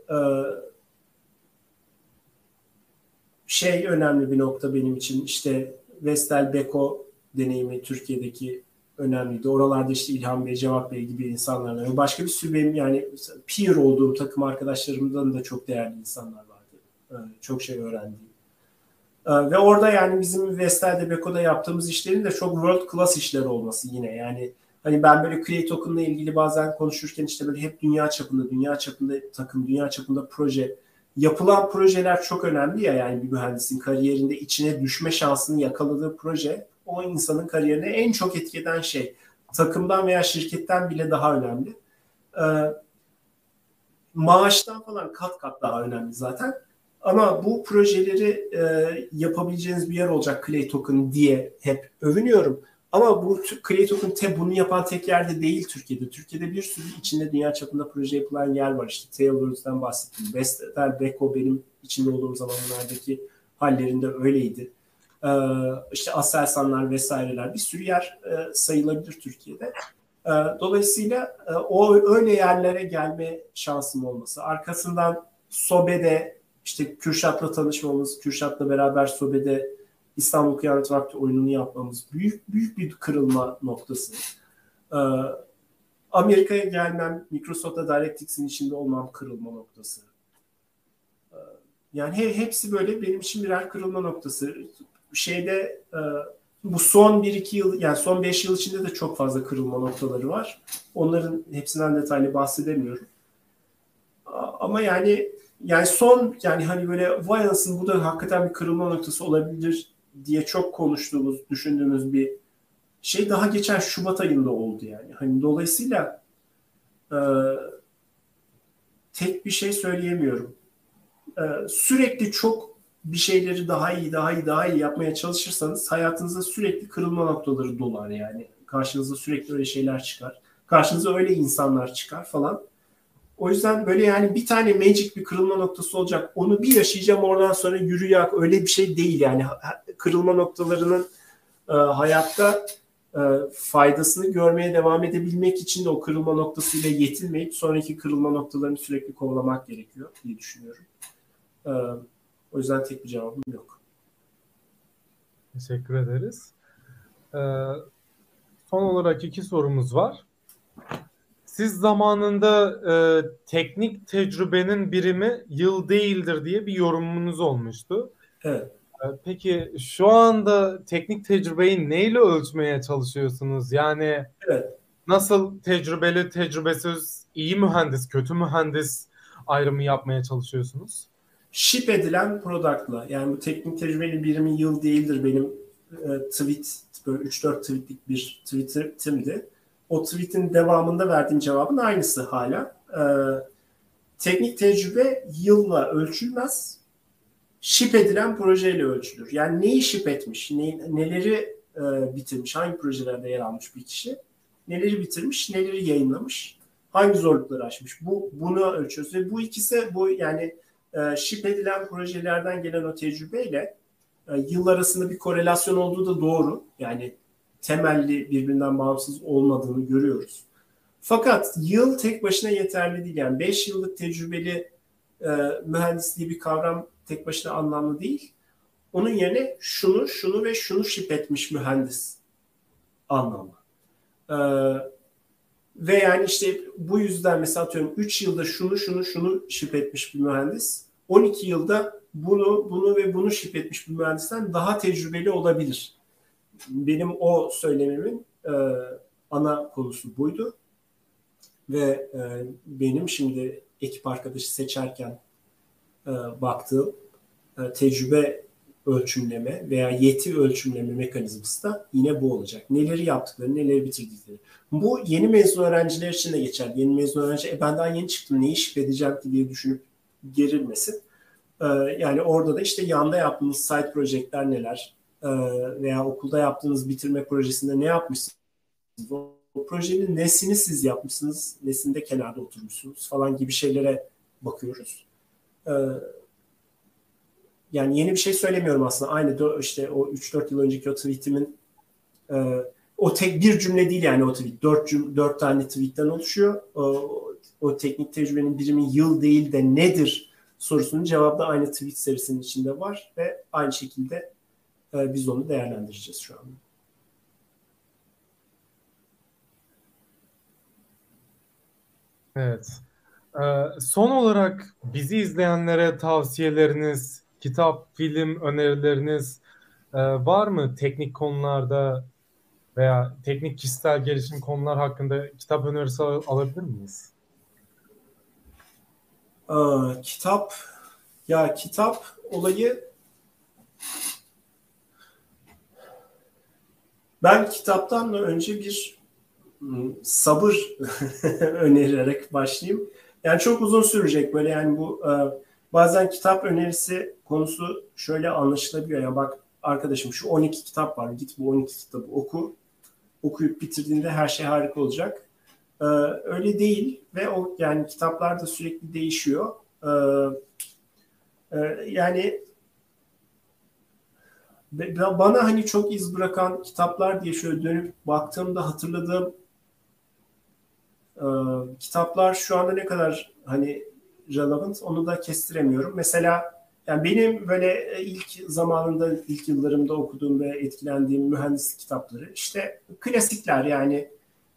Önemli bir nokta benim için, işte Vestel Beko deneyimi Türkiye'deki önemliydi. Oralarda işte İlhan Bey, Cevat Bey gibi insanlarla, başka bir sürü benim yani peer olduğum takım arkadaşlarımdan da çok değerli insanlar vardı. Çok şey öğrendiğim. Ve orada yani bizim Vestel'de, Beko'da yaptığımız işlerin de çok world class işler olması yine. Yani hani ben böyle Create Token'la ilgili bazen konuşurken işte böyle hep dünya çapında takım, dünya çapında proje. Yapılan projeler çok önemli ya, yani bir mühendisin kariyerinde içine düşme şansını yakaladığı proje o insanın kariyerine en çok etki eden şey. Takımdan veya şirketten bile daha önemli. Maaştan falan kat kat daha önemli zaten. Ama bu projeleri yapabileceğiniz bir yer olacak Clay Token diye hep övünüyorum. Ama bu Clay Token bunu yapan tek yerde değil Türkiye'de. Türkiye'de bir sürü içinde dünya çapında proje yapılan yer var. İşte Tailwords'den bahsettim. Vestel, Beko benim içinde olduğum zamanlardaki hallerinde öyleydi. İşte Aselsanlar vesaireler, bir sürü yer sayılabilir Türkiye'de. Dolayısıyla o öyle yerlere gelme şansım olması. Arkasından Sobe'de işte Kürşat'la tanışmamız, Kürşat'la beraber Sobe'de İstanbul Kıyamet Vakti oyununu yapmamız büyük bir kırılma noktası. Amerika'ya gelmem, Microsoft'ta DirectX'in içinde olmam kırılma noktası. Yani hepsi böyle benim için birer kırılma noktası. Bu son 1-2 yıl, yani son 5 yıl içinde de çok fazla kırılma noktaları var. Onların hepsinden detaylı bahsedemiyorum. Ama yani hani böyle vay anasını, bu da hakikaten bir kırılma noktası olabilir diye çok konuştuğumuz, düşündüğümüz bir şey daha geçen Şubat ayında oldu yani. Hani dolayısıyla tek bir şey söyleyemiyorum. Sürekli çok bir şeyleri daha iyi yapmaya çalışırsanız hayatınızda sürekli kırılma noktaları dolar yani. Karşınıza sürekli öyle şeyler çıkar. Karşınıza öyle insanlar çıkar falan. O yüzden böyle yani bir tane magic bir kırılma noktası olacak. Onu bir yaşayacağım, oradan sonra yürüyecek, öyle bir şey değil yani. Kırılma noktalarının hayatta faydasını görmeye devam edebilmek için de o kırılma noktasıyla yetinmeyip sonraki kırılma noktalarını sürekli kovalamak gerekiyor diye düşünüyorum. O yüzden tek bir cevabım yok. Teşekkür ederiz. Son olarak 2 sorumuz var. Siz zamanında teknik tecrübenin birimi yıl değildir diye bir yorumunuz olmuştu. Evet. Peki şu anda teknik tecrübeyi neyle ölçmeye çalışıyorsunuz? Yani evet. Nasıl tecrübeli, tecrübesiz, iyi mühendis, kötü mühendis ayrımı yapmaya çalışıyorsunuz? Ship edilen product'la, yani bu teknik tecrübenin birimi yıl değildir benim tweet, böyle 3-4 tweetlik bir tweetimdi. O tweetin devamında verdiğim cevabın aynısı hala. Teknik tecrübe yılla ölçülmez. Ship edilen projeyle ölçülür. Yani neyi ship etmiş, neleri bitirmiş, hangi projelerde yer almış bir kişi, neleri bitirmiş, neleri yayınlamış, hangi zorlukları aşmış. Bunu ölçüyoruz. Ve bu ikisi yani ship edilen projelerden gelen o tecrübeyle yıl arasında bir korelasyon olduğu da doğru. Yani temelli birbirinden bağımsız olmadığını görüyoruz. Fakat yıl tek başına yeterli değil. Yani 5 yıllık tecrübeli mühendis diye bir kavram tek başına anlamlı değil. Onun yerine şunu ve şunu ship etmiş mühendis anlamlı. Ve yani işte bu yüzden mesela atıyorum 3 yılda şunu ship etmiş bir mühendis 12 yılda bunu ve bunu ship etmiş bir mühendisten daha tecrübeli olabilir. Benim o söylemimin ana konusu buydu. Ve benim şimdi ekip arkadaşı seçerken baktığım tecrübe ölçümleme veya yeti ölçümleme mekanizması da yine bu olacak. Neleri yaptıkları, neleri bitirdikleri. Bu yeni mezun öğrenciler için de geçer. Yeni mezun öğrenci ben daha yeni çıktım neyi ship edeceğim ki diye düşünüp gerilmesin. Yani orada da işte yanda yaptığınız side projectler neler veya okulda yaptığınız bitirme projesinde ne yapmışsınız? O projenin nesini siz yapmışsınız, nesinde kenarda oturmuşsunuz falan gibi şeylere bakıyoruz. Yani yeni bir şey söylemiyorum aslında. Aynı işte o 3-4 yıl önceki o tweetimin o tek bir cümle değil yani o tweet. 4 tane tweetten oluşuyor. O teknik tecrübenin birimi yıl değil de nedir sorusunun cevabı da aynı tweet serisinin içinde var ve aynı şekilde biz onu değerlendireceğiz şu anda. Evet. Son olarak bizi izleyenlere tavsiyeleriniz, kitap, film önerileriniz var mı teknik konularda veya teknik kişisel gelişim konular hakkında kitap önerisi alabilir miyiz? Kitap olayı ben kitaptan da önce bir sabır önererek başlayayım. Yani çok uzun sürecek böyle yani bu bazen kitap önerisi konusu şöyle anlaşılabiliyor. Yani bak arkadaşım şu 12 kitap var git bu 12 kitabı oku. Okuyup bitirdiğinde her şey harika olacak. Öyle değil ve o yani kitaplar da sürekli değişiyor. Yani bana hani çok iz bırakan kitaplar diye şöyle dönüp baktığımda hatırladığım kitaplar şu anda ne kadar hani relevant onu da kestiremiyorum. Mesela yani benim böyle ilk zamanında ilk yıllarımda okuduğum ve etkilendiğim mühendislik kitapları işte klasikler yani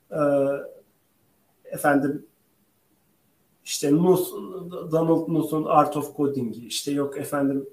efendim işte Donald Knuth'un Art of Coding'i işte yok efendim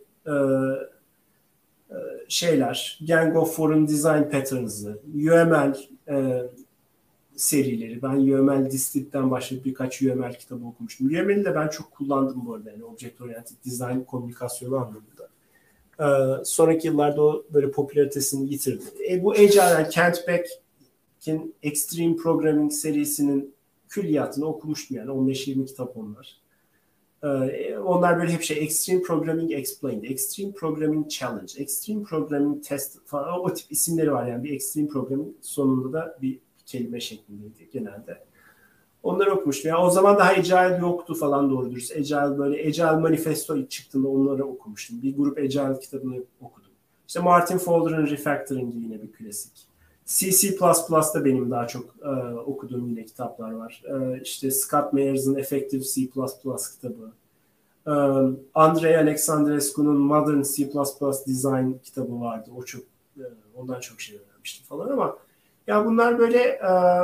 şeyler Gang of Foreign Design Patterns'ı UML serileri. Ben UML Distill'den başlayıp birkaç UML kitabı okumuştum. UML'i de ben çok kullandım bu arada. Yani Object Oriented Design komünikasyonu anlamında. Sonraki yıllarda o böyle popülaritesini yitirdi. Bu Agile yani Kent Beck'in Extreme Programming serisinin külliyatını okumuştum yani 15-20 kitap onlar. Onlar böyle hep Extreme Programming Explained, Extreme Programming Challenge, Extreme Programming Test falan o tip isimleri var yani bir Extreme Programming sonunda da bir kelime şeklindeydi genelde. Onları okumuştum. Yani o zaman daha Agile yoktu falan doğru dürüst. Agile böyle Agile Manifesto çıktığında onları okumuştum. Bir grup Agile kitabını okudum. İşte Martin Fowler'ın Refactoring'i yine bir klasik. C++'da benim daha çok okuduğum yine kitaplar var. İşte Scott Meyers'ın Effective C++ kitabı. Andrei Alexandrescu'nun Modern C++ Design kitabı vardı. O çok ondan çok şey öğrenmiştim falan ama ya bunlar böyle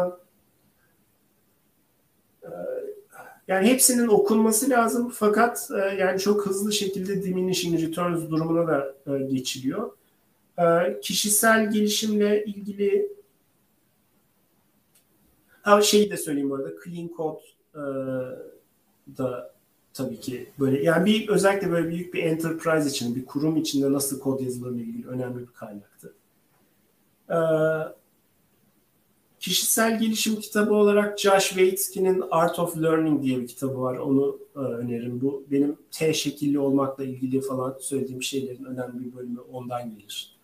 yani hepsinin okunması lazım fakat yani çok hızlı şekilde diminishing returns durumuna da geçiliyor. Kişisel gelişimle ilgili şeyi de söyleyeyim bu arada Clean Code da tabii ki böyle yani bir özellikle böyle büyük bir enterprise için bir kurum içinde nasıl kod yazılırla ilgili önemli bir kaynaktı. Kişisel gelişim kitabı olarak Josh Waitzkin'in Art of Learning diye bir kitabı var. Onu öneririm. Bu benim T şekilli olmakla ilgili falan söylediğim şeylerin önemli bir bölümü ondan gelir.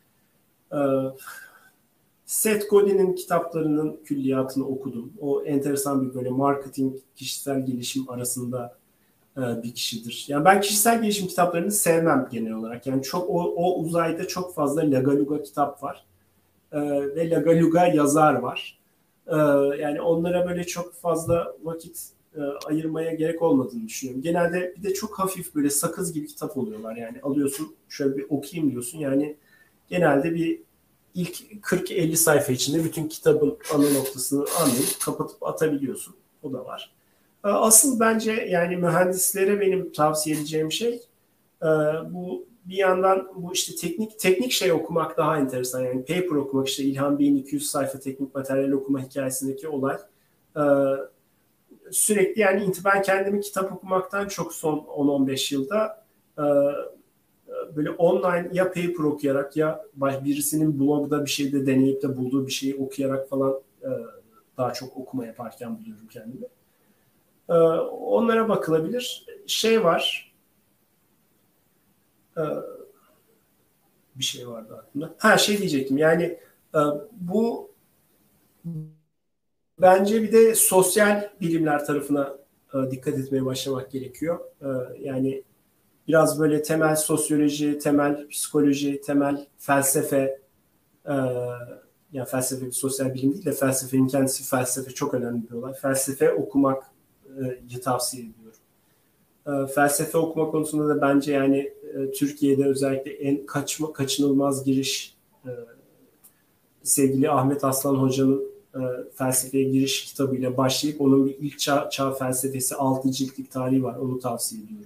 Seth Godin'in kitaplarının külliyatını okudum. O enteresan bir böyle marketing, kişisel gelişim arasında bir kişidir. Yani ben kişisel gelişim kitaplarını sevmem genel olarak. Yani çok o uzayda çok fazla lagaluga kitap var. Ve lagaluga yazar var. Yani onlara böyle çok fazla vakit ayırmaya gerek olmadığını düşünüyorum. Genelde bir de çok hafif böyle sakız gibi kitap oluyorlar. Yani alıyorsun şöyle bir okuyayım diyorsun. Yani genelde bir ilk 40-50 sayfa içinde bütün kitabın ana noktasını anlayıp kapatıp atabiliyorsun. O da var. Asıl bence yani mühendislere benim tavsiye edeceğim şey bu bir yandan bu işte teknik şey okumak daha enteresan. Yani paper okumak işte İlhan Bey'in 200 sayfa teknik materyal okuma hikayesindeki olay. Ee, Sürekli yani ben kendimi kitap okumaktan çok son 10-15 yılda böyle online ya paper okuyarak ya birisinin blogda bir şeyde deneyip de bulduğu bir şeyi okuyarak falan daha çok okuma yaparken buluyorum kendimi. Onlara bakılabilir. Şey var. Bir şey vardı aklımda. Şey diyecektim. Yani bu bence bir de sosyal bilimler tarafına dikkat etmeye başlamak gerekiyor. Yani biraz böyle temel sosyoloji, temel psikoloji, temel felsefe, e, yani felsefe bir sosyal bilim değil de felsefenin kendisi felsefe çok önemli bir olay. Felsefe okumak tavsiye ediyorum. Felsefe okuma konusunda da bence yani Türkiye'de özellikle en kaçınılmaz giriş sevgili Ahmet Aslan Hoca'nın felsefeye giriş kitabıyla başlayıp onun bir ilk çağ felsefesi 6 ciltlik tarihi var. Onu tavsiye ediyorum.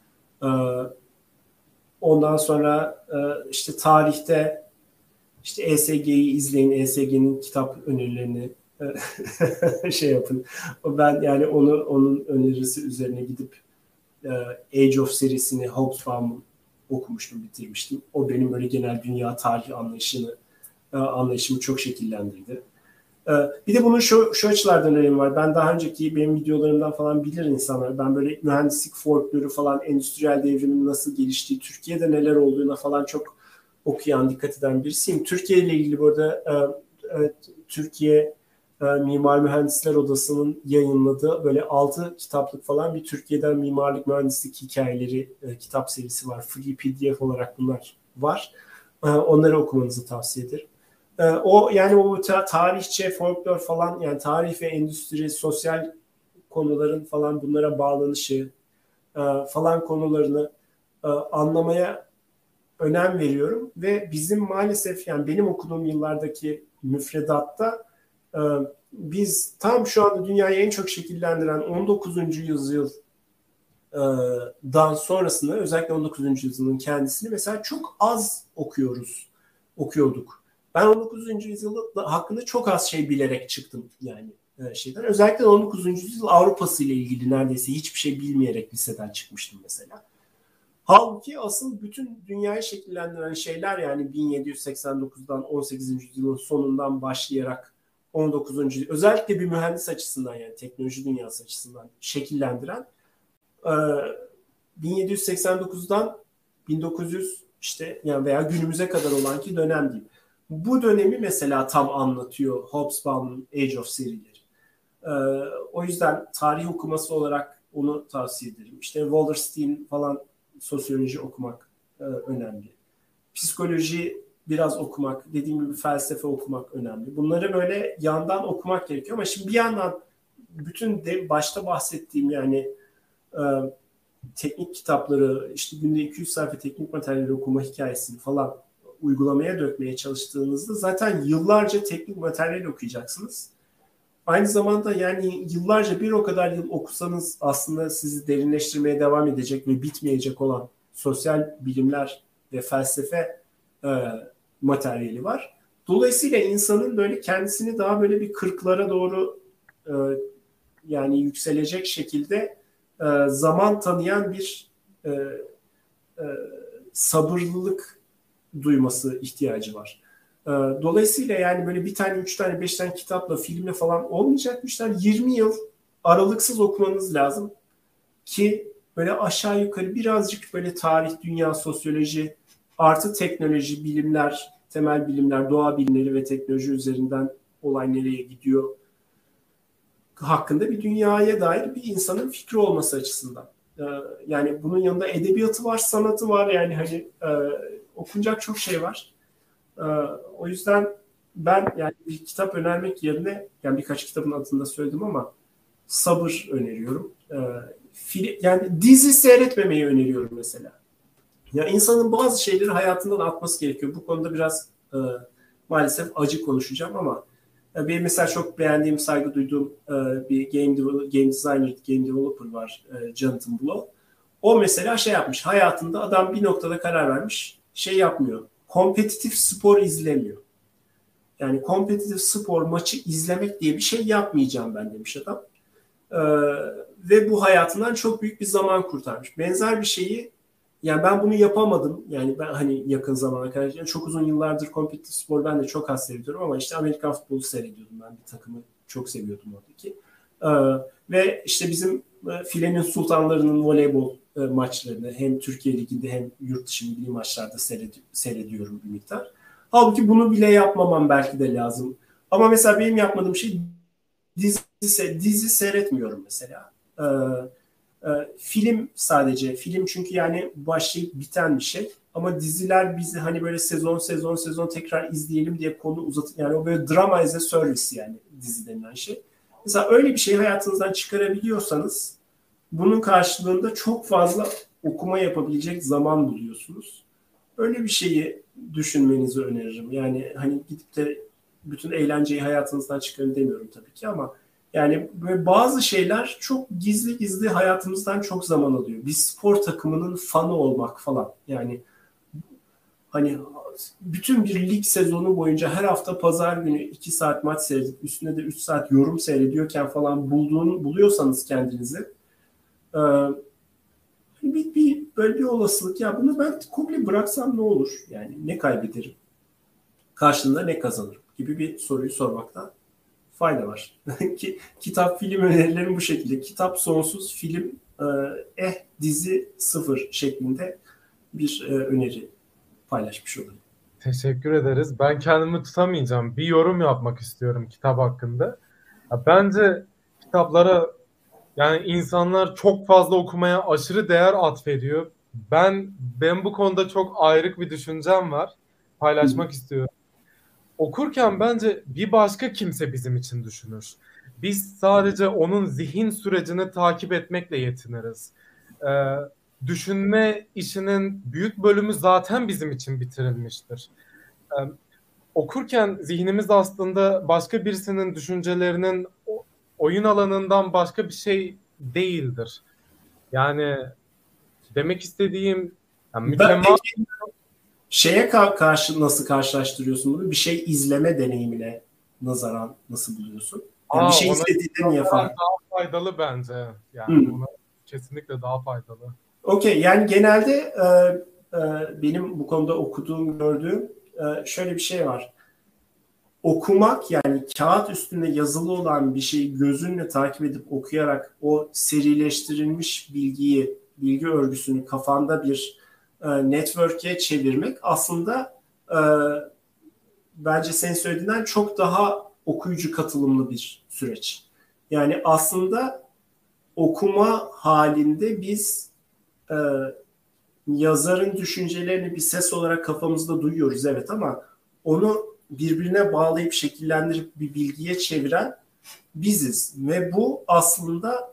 Ondan sonra işte tarihte işte ESG'yi izleyin. ESG'nin kitap önerilerini şey yapın. Ben yani onun önerisi üzerine gidip Age of serisini Hobsbawm'ın okumuştum, bitirmiştim. O benim böyle genel dünya tarihi anlayışımı çok şekillendirdi. Bir de bunun şu açılardan önemi var. Ben daha önceki benim videolarımdan falan bilir insanlar. Ben böyle mühendislik folkloru falan, endüstriyel devrimin nasıl geliştiği, Türkiye'de neler olduğuna falan çok okuyan, dikkat eden birisiyim. Türkiye ile ilgili burada Türkiye Mimar Mühendisler Odası'nın yayınladığı böyle 6 kitaplık falan bir Türkiye'den mimarlık mühendislik hikayeleri kitap serisi var. Free PDF olarak bunlar var. Onları okumanızı tavsiye ederim. O yani o tarihçe, folklor falan yani tarih ve endüstri, sosyal konuların falan bunlara bağlanışı falan konularını anlamaya önem veriyorum ve bizim maalesef yani benim okuduğum yıllardaki müfredatta biz tam şu anda dünyayı en çok şekillendiren 19. yüzyıldan sonrasında özellikle 19. yüzyılın kendisini mesela çok az okuyorduk. Ben 19. yüzyıl hakkında çok az şey bilerek çıktım yani şeyden. Özellikle 19. yüzyıl Avrupa'sı ile ilgili neredeyse hiçbir şey bilmeyerek liseden çıkmıştım mesela. Halbuki asıl bütün dünyayı şekillendiren şeyler yani 1789'dan 18. yüzyılın sonundan başlayarak 19. özellikle bir mühendis açısından yani teknoloji dünyası açısından şekillendiren 1789'dan 1900 işte yani veya günümüze kadar olan ki dönem değil. Bu dönemi mesela tam anlatıyor Hobsbawm'ın Age of serileri. O yüzden tarih okuması olarak onu tavsiye ederim. İşte Wallerstein falan sosyoloji okumak önemli. Psikoloji biraz okumak, dediğim gibi felsefe okumak önemli. Bunları böyle yandan okumak gerekiyor ama şimdi bir yandan bütün başta bahsettiğim yani teknik kitapları, işte günde 200 sayfa teknik materyali okuma hikayesini falan uygulamaya dökmeye çalıştığınızda zaten yıllarca teknik materyal okuyacaksınız. Aynı zamanda yani yıllarca bir o kadar yıl okusanız aslında sizi derinleştirmeye devam edecek ve bitmeyecek olan sosyal bilimler ve felsefe materyali var. Dolayısıyla insanın böyle kendisini daha böyle bir 40'lara doğru yani yükselecek şekilde zaman tanıyan bir sabırlılık duyması ihtiyacı var. Dolayısıyla yani böyle bir tane, 3 tane, 5 tane kitapla, filmle falan olmayacakmışlar. 20 yıl aralıksız okumanız lazım ki böyle aşağı yukarı birazcık böyle tarih, dünya, sosyoloji artı teknoloji, bilimler, temel bilimler, doğa bilimleri ve teknoloji üzerinden olay nereye gidiyor hakkında bir dünyaya dair bir insanın fikri olması açısından. Yani bunun yanında edebiyatı var, sanatı var. Yani hani okunacak çok şey var. O yüzden ben yani bir kitap önermek yerine, yani birkaç kitabın adını da söyledim ama sabır öneriyorum. Yani dizi seyretmemeyi öneriyorum mesela. Ya insanın bazı şeyleri hayatından atması gerekiyor. Bu konuda biraz maalesef acı konuşacağım ama benim mesela çok beğendiğim, saygı duyduğum bir game designer, game developer var, Jonathan Blow. O mesela şey yapmış, hayatında adam bir noktada karar vermiş, şey yapmıyor, kompetitif spor izlemiyor. Yani kompetitif spor maçı izlemek diye bir şey yapmayacağım ben demiş adam. Ee, Ve bu hayatından çok büyük bir zaman kurtarmış. Benzer bir şeyi, yani ben bunu yapamadım. Yani ben hani yakın zamana kadar, yani çok uzun yıllardır kompetitif spor ben de çok az seviyorum ama işte Amerikan futbolu seyrediyordum, ben bir takımı çok seviyordum oradaki. Ve işte bizim filenin sultanlarının voleybol maçlarını hem Türkiye Ligi'nde hem yurt dışı milli maçlarda seyrediyorum bir miktar. Halbuki bunu bile yapmamam belki de lazım. Ama mesela benim yapmadığım şey dizi seyretmiyorum mesela. Film sadece. Film çünkü yani başlayıp biten bir şey. Ama diziler bizi hani böyle sezon tekrar izleyelim diye konu uzatır. Yani o böyle drama as a service, yani dizi denilen şey. Mesela öyle bir şeyi hayatınızdan çıkarabiliyorsanız bunun karşılığında çok fazla okuma yapabilecek zaman buluyorsunuz. Öyle bir şeyi düşünmenizi öneririm. Yani hani gidip de bütün eğlenceyi hayatınızdan çıkarın demiyorum tabii ki ama yani böyle bazı şeyler çok gizli gizli hayatımızdan çok zaman alıyor. Bir spor takımının fanı olmak falan. Yani hani bütün bir lig sezonu boyunca her hafta pazar günü 2 saat maç seyredip üstüne de 3 saat yorum seyrediyorken falan buluyorsanız kendinizi, e, böyle bir olasılık, ya bunu ben komple bıraksam ne olur? Yani ne kaybederim? Karşılığında ne kazanırım? Gibi bir soruyu sormakta fayda var. Kitap, film önerilerim bu şekilde. Kitap sonsuz, film dizi sıfır şeklinde bir öneri paylaşmış olayım. Teşekkür ederiz. Ben kendimi tutamayacağım. Bir yorum yapmak istiyorum kitap hakkında. Ya bence kitaplara, yani insanlar çok fazla okumaya aşırı değer atfediyor. Ben bu konuda çok ayrık bir düşüncem var. Paylaşmak istiyorum. Okurken bence bir başka kimse bizim için düşünür. Biz sadece onun zihin sürecini takip etmekle yetiniriz. Ee, Düşünme işinin büyük bölümü zaten bizim için bitirilmiştir. Ee, Okurken zihnimiz aslında başka birisinin düşüncelerinin oyun alanından başka bir şey değildir. Yani demek istediğim, yani mütemadiyen. Peki şeye karşı nasıl karşılaştırıyorsun bunu? Bir şey izleme deneyimine nazaran nasıl buluyorsun? Yani bir şey Ona izlediğinde niye fark? daha faydalı bence. Yani Hmm. ona kesinlikle daha faydalı. Okey, yani genelde benim bu konuda okuduğum, gördüğüm şöyle bir şey var. Okumak, yani kağıt üstünde yazılı olan bir şeyi gözünle takip edip okuyarak o serileştirilmiş bilgi örgüsünü kafanda bir network'e çevirmek aslında e, bence senin söylediğinden çok daha okuyucu katılımlı bir süreç. Yani aslında okuma halinde biz e, yazarın düşüncelerini bir ses olarak kafamızda duyuyoruz, evet, ama onu birbirine bağlayıp şekillendirip bir bilgiye çeviren biziz. Ve bu aslında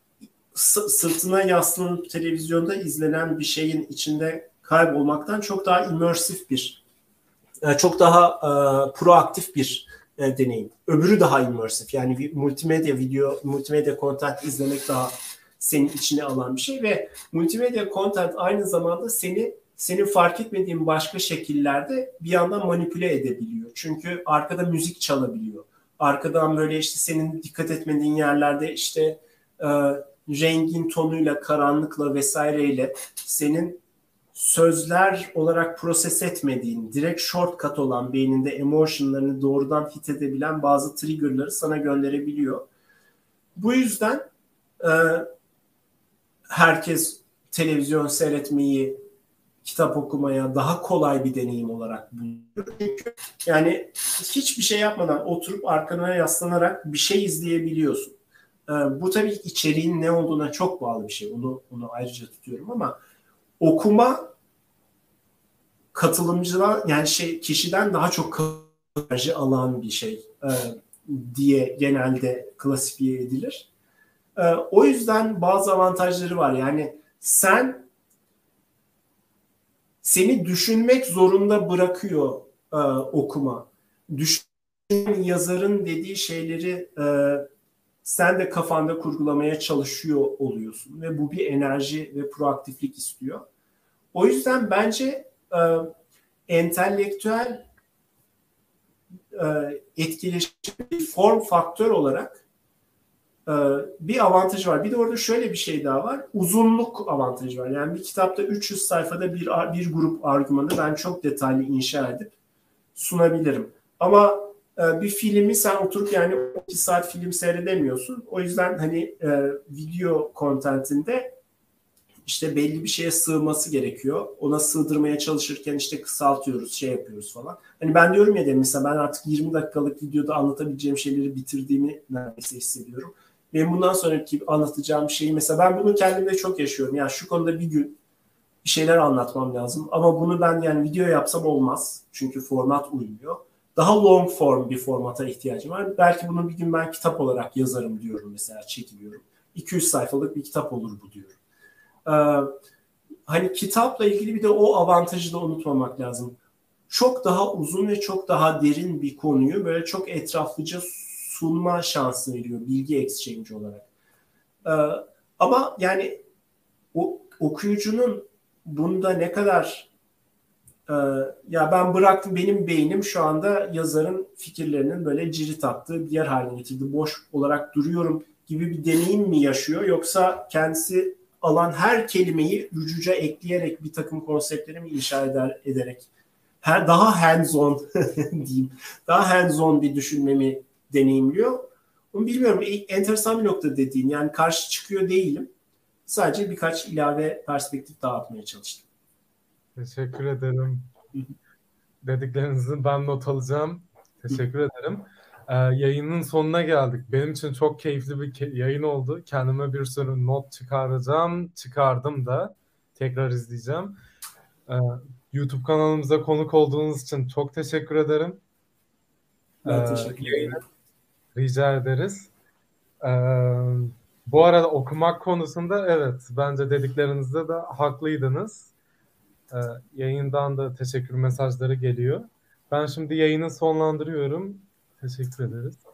sırtına yaslanıp televizyonda izlenen bir şeyin içinde kaybolmaktan çok daha immersif bir, çok daha proaktif bir deneyim. Öbürü daha immersif. Yani multimedya content izlemek daha senin içine alan bir şey ve multimedya content aynı zamanda senin fark etmediğin başka şekillerde bir yandan manipüle edebiliyor. Çünkü arkada müzik çalabiliyor. Arkadan böyle işte senin dikkat etmediğin yerlerde işte e, rengin tonuyla, karanlıkla vesaireyle senin sözler olarak proses etmediğin, direkt shortcut olan beyninde emotionlarını doğrudan hit edebilen bazı triggerları sana gönderebiliyor. Bu yüzden e, herkes televizyon seyretmeyi kitap okumaya daha kolay bir deneyim olarak buluyor. Çünkü yani hiçbir şey yapmadan oturup arkana yaslanarak bir şey izleyebiliyorsun. Bu tabii içeriğin ne olduğuna çok bağlı bir şey. Onu ayrıca tutuyorum ama okuma katılımcılar yani kişiden daha çok enerji alan bir şey diye genelde klasifiye edilir. O yüzden bazı avantajları var. Yani seni düşünmek zorunda bırakıyor okuma. Düşünen yazarın dediği şeyleri sen de kafanda kurgulamaya çalışıyor oluyorsun ve bu bir enerji ve proaktiflik istiyor. O yüzden bence entelektüel etkileşim bir form faktör olarak bir avantajı var. Bir de orada şöyle bir şey daha var. Uzunluk avantajı var. Yani bir kitapta 300 sayfada bir grup argümanı ben çok detaylı inşa edip sunabilirim. Ama bir filmi sen oturup yani 2 saat film seyredemiyorsun. O yüzden hani video contentinde işte belli bir şeye sığması gerekiyor. Ona sığdırmaya çalışırken işte kısaltıyoruz, şey yapıyoruz falan. Hani ben diyorum ya mesela ben artık 20 dakikalık videoda anlatabileceğim şeyleri bitirdiğimi neredeyse hissediyorum. Benim bundan sonraki anlatacağım şeyi mesela ben bunu kendimde çok yaşıyorum. Yani şu konuda bir gün bir şeyler anlatmam lazım. Ama bunu ben yani video yapsam olmaz. Çünkü format uymuyor. Daha long form bir formata ihtiyacım var. Belki bunu bir gün ben kitap olarak yazarım diyorum mesela çekiliyorum. 200 sayfalık bir kitap olur bu diyorum. Hani kitapla ilgili bir de o avantajı da unutmamak lazım. Çok daha uzun ve çok daha derin bir konuyu böyle çok etraflıca sunma şansı veriyor bilgi exchange olarak. Ama yani okuyucunun bunda ne kadar ya ben bıraktım benim beynim şu anda yazarın fikirlerinin böyle cirit attığı bir yer haline getirdi. Boş olarak duruyorum gibi bir deneyim mi yaşıyor yoksa kendisi alan her kelimeyi vücuca ekleyerek bir takım konseptleri mi inşa ederek daha hands-on diyeyim. Daha hands-on bir düşünmemi deneyimliyor. Onu bilmiyorum. Enteresan bir nokta dediğin. Yani karşı çıkıyor değilim. Sadece birkaç ilave perspektif dağıtmaya çalıştım. Teşekkür ederim. Dediklerinizi ben not alacağım. Teşekkür ederim. Yayının sonuna geldik. Benim için çok keyifli bir yayın oldu. Kendime bir sürü not çıkaracağım. Çıkardım da. Tekrar izleyeceğim. YouTube kanalımıza konuk olduğunuz için çok teşekkür ederim. Ben teşekkür ederim. Rica ederiz. Bu arada okumak konusunda evet bence dediklerinizde de haklıydınız. Yayından da teşekkür mesajları geliyor. Ben şimdi yayını sonlandırıyorum. Teşekkür ederiz.